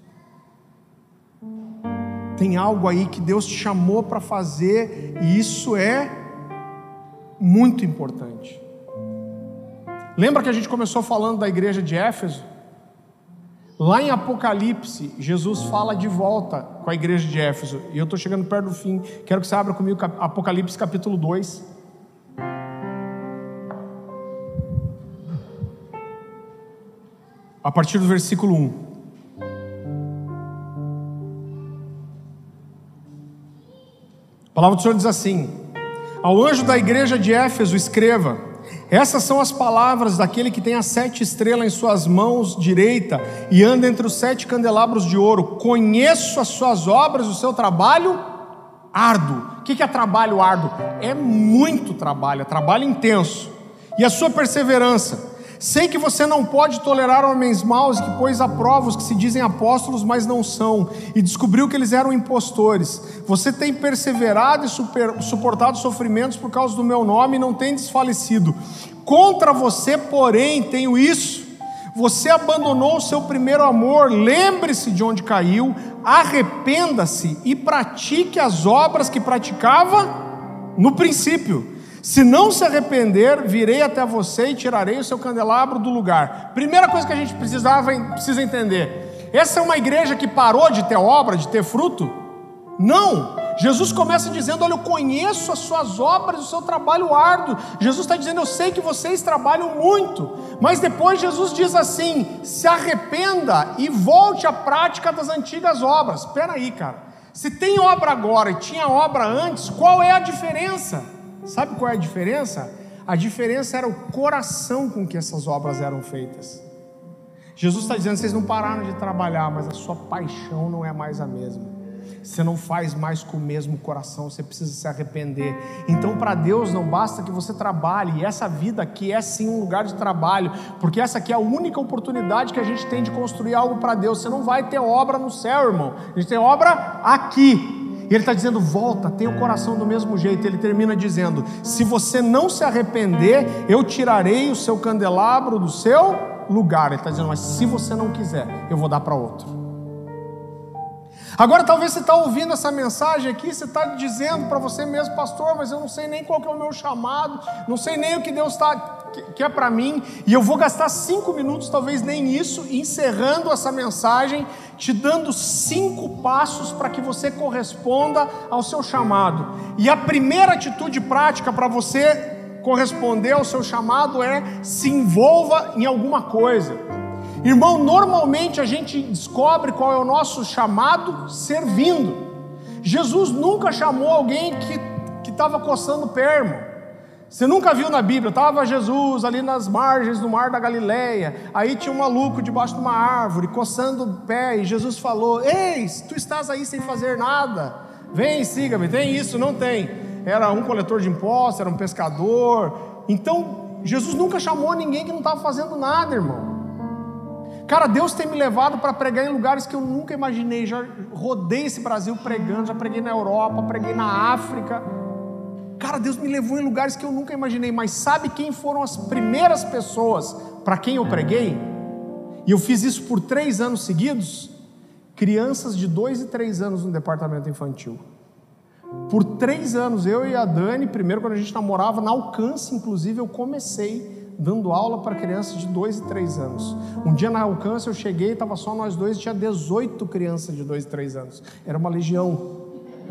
Tem algo aí que Deus te chamou para fazer, e isso é muito importante. Lembra que a gente começou falando da igreja de Éfeso? Lá em Apocalipse, Jesus fala de volta com a igreja de Éfeso, e eu estou chegando perto do fim, quero que você abra comigo Apocalipse capítulo 2. A partir do versículo 1. A palavra do Senhor diz assim: ao anjo da igreja de Éfeso escreva, essas são as palavras daquele que tem as 7 estrelas em suas mãos direita e anda entre os 7 candelabros de ouro. Conheço as suas obras, o seu trabalho árduo. O que é trabalho árduo? É muito trabalho, é trabalho intenso. E a sua perseverança. Sei que você não pode tolerar homens maus que pôs à prova os que se dizem apóstolos, mas não são, e descobriu que eles eram impostores. Você tem perseverado e suportado sofrimentos por causa do meu nome e não tem desfalecido. Contra você, porém, tenho isso: você abandonou o seu primeiro amor. Lembre-se de onde caiu, arrependa-se e pratique as obras que praticava no princípio. Se não se arrepender, virei até você e tirarei o seu candelabro do lugar. Primeira coisa que a gente precisa entender: essa é uma igreja que parou de ter obra, de ter fruto? Não. Jesus começa dizendo: olha, eu conheço as suas obras, o seu trabalho árduo. Jesus está dizendo: eu sei que vocês trabalham muito. Mas depois Jesus diz assim: se arrependa e volte à prática das antigas obras. Espera aí, cara, se tem obra agora e tinha obra antes, qual é a diferença? Sabe qual é a diferença? A diferença era o coração com que essas obras eram feitas. Jesus está dizendo: vocês não pararam de trabalhar, mas a sua paixão não é mais a mesma. Você não faz mais com o mesmo coração, você precisa se arrepender. Então, para Deus não basta que você trabalhe, e essa vida aqui é sim um lugar de trabalho, porque essa aqui é a única oportunidade que a gente tem de construir algo para Deus. Você não vai ter obra no céu, irmão, a gente tem obra aqui. E ele está dizendo: volta, tenha o coração do mesmo jeito. Ele termina dizendo: se você não se arrepender, eu tirarei o seu candelabro do seu lugar. Ele está dizendo: mas se você não quiser, eu vou dar para outro. Agora talvez você está ouvindo essa mensagem aqui, você está dizendo para você mesmo: pastor, mas eu não sei nem qual que é o meu chamado, não sei nem o que Deus quer para mim, e eu vou gastar 5 minutos, talvez nem isso, encerrando essa mensagem, te dando 5 passos para que você corresponda ao seu chamado. E a primeira atitude prática para você corresponder ao seu chamado é: se envolva em alguma coisa. Irmão, normalmente a gente descobre qual é o nosso chamado servindo. Jesus nunca chamou alguém que estava coçando o pé, irmão. Você nunca viu na Bíblia, estava Jesus ali nas margens do mar da Galileia, aí tinha um maluco debaixo de uma árvore, coçando o pé, e Jesus falou: ei, tu estás aí sem fazer nada, vem, siga-me. Tem isso? Não tem. Era um coletor de impostos, era um pescador. Então, Jesus nunca chamou ninguém que não estava fazendo nada, irmão. Cara, Deus tem me levado para pregar em lugares que eu nunca imaginei. Já rodei esse Brasil pregando, já preguei na Europa, preguei na África. Cara, Deus me levou em lugares que eu nunca imaginei. Mas sabe quem foram as primeiras pessoas para quem eu preguei? E eu fiz isso por 3 anos seguidos. Crianças de 2 e 3 anos no departamento infantil. Por 3 anos, eu e a Dani, primeiro quando a gente namorava, na Alcance, inclusive, eu comecei dando aula para crianças de 2 e 3 anos. Um dia na Alcance eu cheguei, estava só nós dois, tinha 18 crianças de 2 e 3 anos. Era uma legião.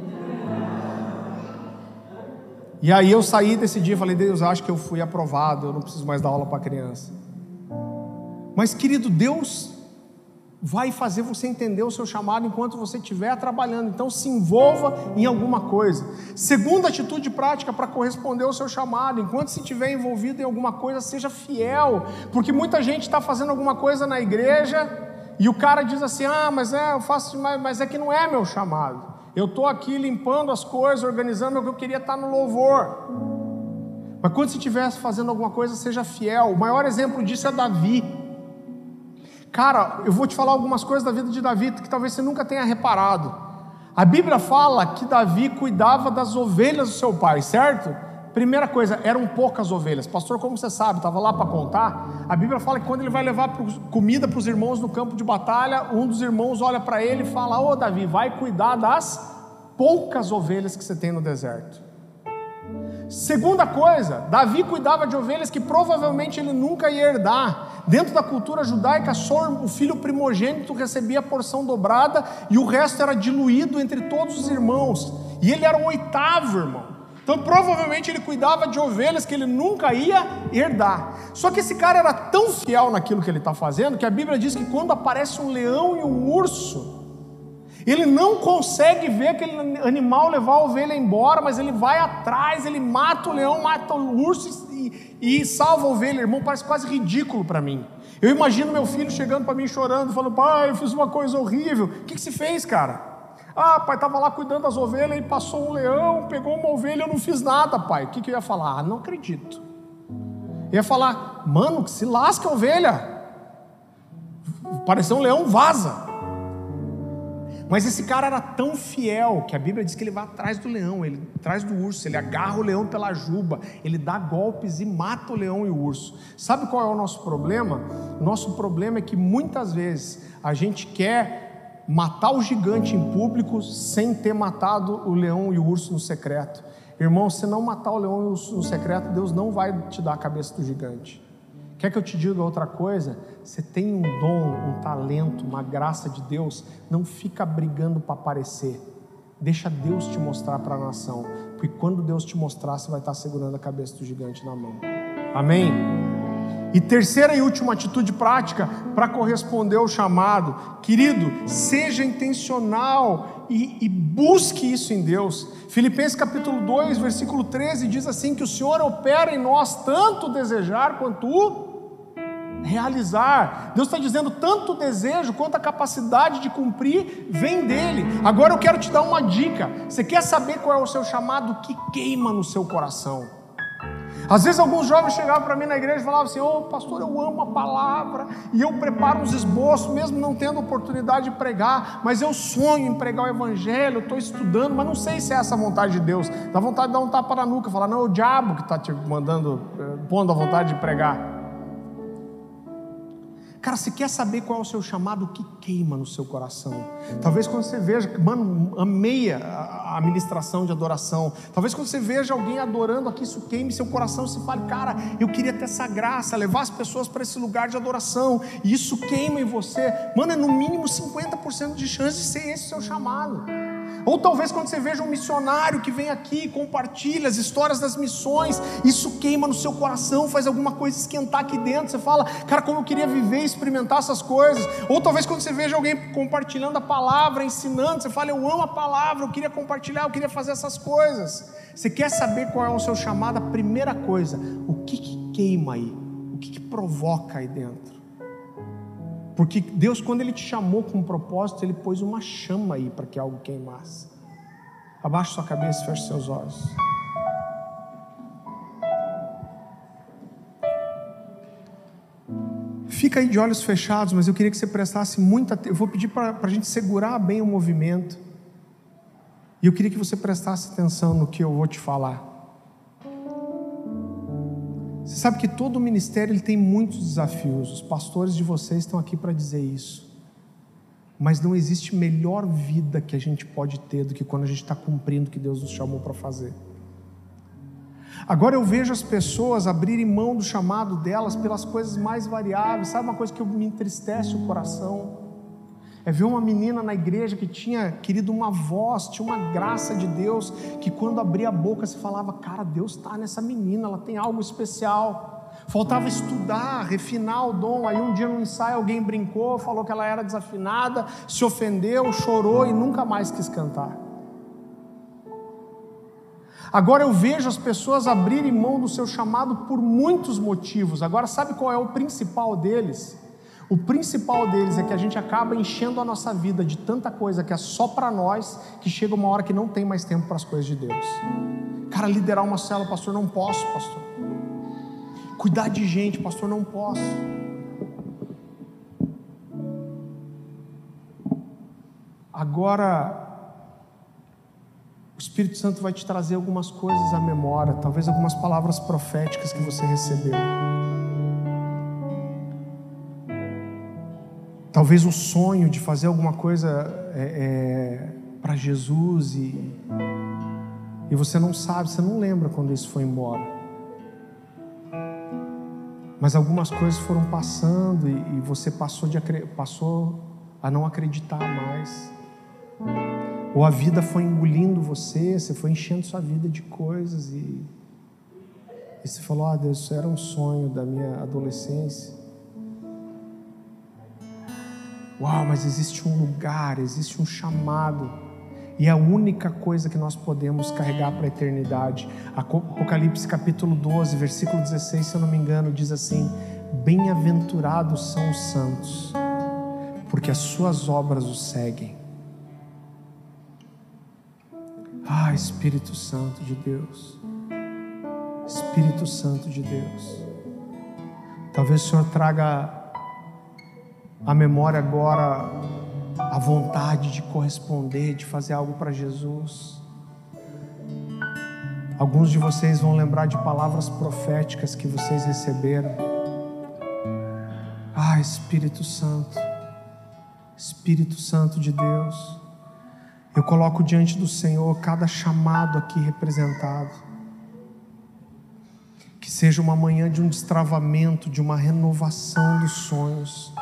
E aí eu saí desse dia e falei: Deus, acho que eu fui aprovado, eu não preciso mais dar aula para criança. Mas, querido, Deus vai fazer você entender o seu chamado enquanto você estiver trabalhando. Então se envolva em alguma coisa. Segunda atitude prática para corresponder ao seu chamado: enquanto se estiver envolvido em alguma coisa, seja fiel. Porque muita gente está fazendo alguma coisa na igreja e o cara diz assim: ah, mas eu faço, mas é que não é meu chamado. Eu estou aqui limpando as coisas, organizando, eu queria estar no louvor. Mas quando se estiver fazendo alguma coisa, seja fiel. O maior exemplo disso é Davi. Cara, eu vou te falar algumas coisas da vida de Davi que talvez você nunca tenha reparado. A Bíblia fala que Davi cuidava das ovelhas do seu pai, certo? Primeira coisa, eram poucas ovelhas. Pastor, como você sabe, estava lá para contar. A Bíblia fala que quando ele vai levar comida para os irmãos no campo de batalha, um dos irmãos olha para ele e fala: ô Davi, vai cuidar das poucas ovelhas que você tem no deserto. Segunda coisa, Davi cuidava de ovelhas que provavelmente ele nunca ia herdar. Dentro da cultura judaica, só o filho primogênito recebia a porção dobrada e o resto era diluído entre todos os irmãos. E ele era o 8º irmão. Então provavelmente ele cuidava de ovelhas que ele nunca ia herdar. Só que esse cara era tão fiel naquilo que ele está fazendo, que a Bíblia diz que quando aparece um leão e um urso, ele não consegue ver aquele animal levar a ovelha embora, mas ele vai atrás, ele mata o leão, mata o urso e salva a ovelha. Irmão, parece quase ridículo para mim. Eu imagino meu filho chegando para mim chorando, falando: pai, eu fiz uma coisa horrível. O que você fez, cara? Ah, pai, estava lá cuidando das ovelhas e passou um leão, pegou uma ovelha, eu não fiz nada, pai. O que eu ia falar? Ah, não acredito. ia falar: mano, que se lasca a ovelha, pareceu um leão, vaza. Mas esse cara era tão fiel que a Bíblia diz que ele vai atrás do leão, ele atrás do urso, ele agarra o leão pela juba, ele dá golpes e mata o leão e o urso. Sabe qual é o nosso problema? O nosso problema é que muitas vezes a gente quer matar o gigante em público sem ter matado o leão e o urso no secreto. Irmão, se não matar o leão e o urso no secreto, Deus não vai te dar a cabeça do gigante. Quer que eu te diga outra coisa? Você tem um dom, um talento, uma graça de Deus, não fica brigando para aparecer. Deixa Deus te mostrar para a nação, porque quando Deus te mostrar, você vai estar segurando a cabeça do gigante na mão. Amém? E terceira e última atitude prática para corresponder ao chamado. Querido, seja intencional e busque isso em Deus. Filipenses capítulo 2, versículo 13 diz assim, que o Senhor opera em nós tanto o desejar quanto o realizar. Deus está dizendo, tanto o desejo quanto a capacidade de cumprir vem dele. Agora eu quero te dar uma dica. Você quer saber qual é o seu chamado? Que queima no seu coração. Às vezes alguns jovens chegavam para mim na igreja e falavam assim: ô pastor, eu amo a palavra e eu preparo uns esboços, mesmo não tendo oportunidade de pregar, mas eu sonho em pregar o evangelho, estou estudando, mas não sei se é essa a vontade de Deus. Dá vontade de dar um tapa na nuca, falar: não, é o diabo que está te mandando, pondo a vontade de pregar. Cara, você quer saber qual é o seu chamado? O que queima no seu coração? Talvez quando você veja, mano, amei a ministração de adoração. Talvez quando você veja alguém adorando aqui, isso queime seu coração. Você fale: cara, eu queria ter essa graça, levar as pessoas para esse lugar de adoração. E isso queima em você. Mano, é no mínimo 50% de chance de ser esse o seu chamado. Ou talvez quando você veja um missionário que vem aqui, compartilha as histórias das missões, isso queima no seu coração, faz alguma coisa esquentar aqui dentro. Você fala: cara, como eu queria viver e experimentar essas coisas. Ou talvez quando você veja alguém compartilhando a palavra, ensinando, você fala: eu amo a palavra, eu queria compartilhar, eu queria fazer essas coisas. Você quer saber qual é o seu chamado? A primeira coisa, o que queima aí? O que provoca aí dentro? Porque Deus, quando Ele te chamou com um propósito, Ele pôs uma chama aí para que algo queimasse. Abaixe sua cabeça e feche seus olhos. Fica aí de olhos fechados, mas eu queria que você prestasse muita atenção. Eu vou pedir para a gente segurar bem o movimento. E eu queria que você prestasse atenção no que eu vou te falar. Você sabe que todo ministério ele tem muitos desafios. Os pastores de vocês estão aqui para dizer isso. Mas não existe melhor vida que a gente pode ter do que quando a gente está cumprindo o que Deus nos chamou para fazer. Agora eu vejo as pessoas abrirem mão do chamado delas pelas coisas mais variáveis. Sabe uma coisa que me entristece o coração? É ver uma menina na igreja que tinha, querido, uma voz, tinha uma graça de Deus, que quando abria a boca se falava: cara, Deus está nessa menina, ela tem algo especial. Faltava estudar, refinar o dom. Aí um dia no ensaio alguém brincou, falou que ela era desafinada, se ofendeu, chorou e nunca mais quis cantar. Agora eu vejo as pessoas abrirem mão do seu chamado por muitos motivos. Agora sabe qual é o principal deles? O principal deles é que a gente acaba enchendo a nossa vida de tanta coisa que é só para nós, que chega uma hora que não tem mais tempo para as coisas de Deus. Cara, liderar uma célula, pastor, não posso, pastor. Cuidar de gente, pastor, não posso. Agora, o Espírito Santo vai te trazer algumas coisas à memória, talvez algumas palavras proféticas que você recebeu. Talvez um sonho de fazer alguma coisa para Jesus e você não sabe, você não lembra quando isso foi embora. Mas algumas coisas foram passando e você passou a não acreditar mais. Ou a vida foi engolindo você foi enchendo sua vida de coisas e você falou: ah, Deus, isso era um sonho da minha adolescência. Uau, mas existe um lugar, existe um chamado, e a única coisa que nós podemos carregar para a eternidade. Apocalipse capítulo 12, versículo 16, se eu não me engano, diz assim: bem-aventurados são os santos, porque as suas obras os seguem. Ah, Espírito Santo de Deus, Espírito Santo de Deus, Talvez o Senhor traga à memória agora a vontade de corresponder, de fazer algo para Jesus. Alguns de vocês vão lembrar de palavras proféticas que vocês receberam. Espírito Santo, Espírito Santo de Deus, eu coloco diante do Senhor cada chamado aqui representado. Que seja uma manhã de um destravamento, de uma renovação dos sonhos.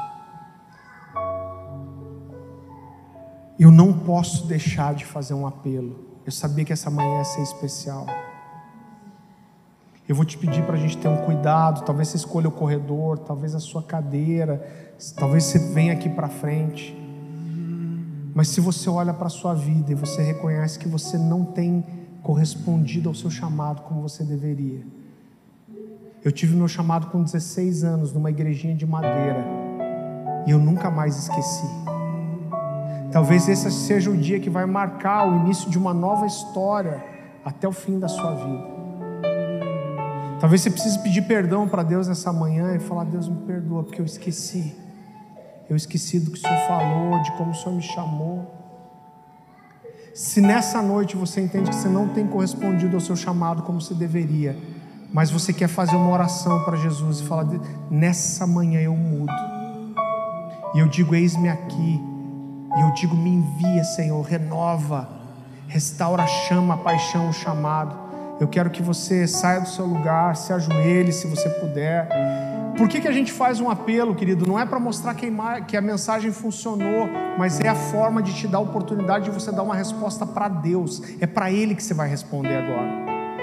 Eu não posso deixar de fazer um apelo. Eu sabia que essa manhã ia ser especial. Eu vou te pedir para a gente ter um cuidado. Talvez você escolha o corredor, talvez a sua cadeira, talvez você venha aqui para frente. Mas se você olha para a sua vida e você reconhece que você não tem correspondido ao seu chamado como você deveria. Eu tive meu chamado com 16 anos numa igrejinha de madeira e eu nunca mais esqueci. Talvez esse seja o dia que vai marcar o início de uma nova história até o fim da sua vida. Talvez você precise pedir perdão para Deus nessa manhã e falar: Deus, me perdoa porque eu esqueci. Eu esqueci do que o Senhor falou, de como o Senhor me chamou. Se nessa noite você entende que você não tem correspondido ao seu chamado como você deveria, mas você quer fazer uma oração para Jesus e falar: nessa manhã eu mudo. E eu digo: eis-me aqui. E eu digo: me envia, Senhor, renova, restaura a chama, a paixão, o chamado. Eu quero que você saia do seu lugar, se ajoelhe se você puder. Por que a gente faz um apelo, querido? Não é para mostrar que a mensagem funcionou, mas é a forma de te dar a oportunidade de você dar uma resposta para Deus. É para Ele que você vai responder agora.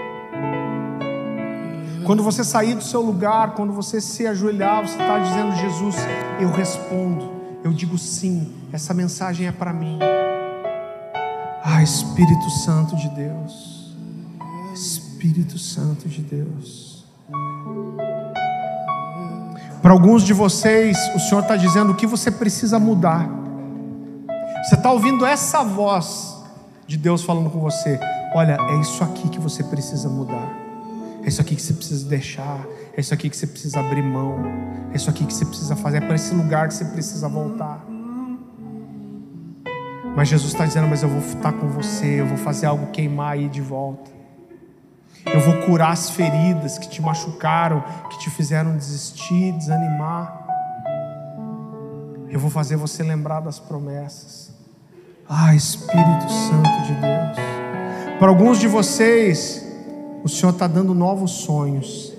Quando você sair do seu lugar, quando você se ajoelhar, você está dizendo: Jesus, eu respondo, eu digo sim, essa mensagem é para mim. Espírito Santo de Deus, Espírito Santo de Deus. Para alguns de vocês, o Senhor está dizendo o que você precisa mudar. Você está ouvindo essa voz de Deus falando com você: olha, é isso aqui que você precisa mudar, é isso aqui que você precisa deixar, é isso aqui que você precisa abrir mão, é isso aqui que você precisa fazer, é para esse lugar que você precisa voltar. Mas Jesus está dizendo: mas eu vou estar com você, eu vou fazer algo queimar aí de volta. Eu vou curar as feridas que te machucaram, que te fizeram desistir, desanimar. Eu vou fazer você lembrar das promessas. Espírito Santo de Deus. Para alguns de vocês, o Senhor está dando novos sonhos.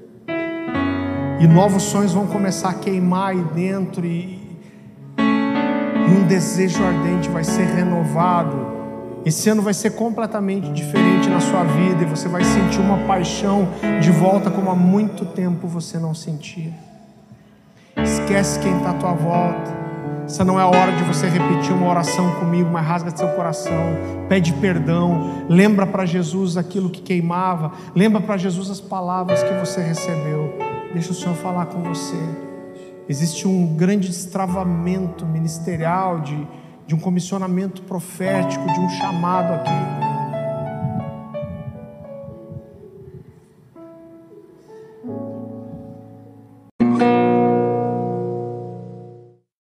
E novos sonhos vão começar a queimar aí dentro e um desejo ardente vai ser renovado. Esse ano vai ser completamente diferente na sua vida e você vai sentir uma paixão de volta como há muito tempo você não sentia. Esquece quem está à tua volta. Essa não é a hora de você repetir uma oração comigo, mas rasga seu coração, pede perdão, lembra para Jesus aquilo que queimava, lembra para Jesus as palavras que você recebeu. Deixa o Senhor falar com você. Existe um grande destravamento ministerial de um comissionamento profético, de um chamado aqui.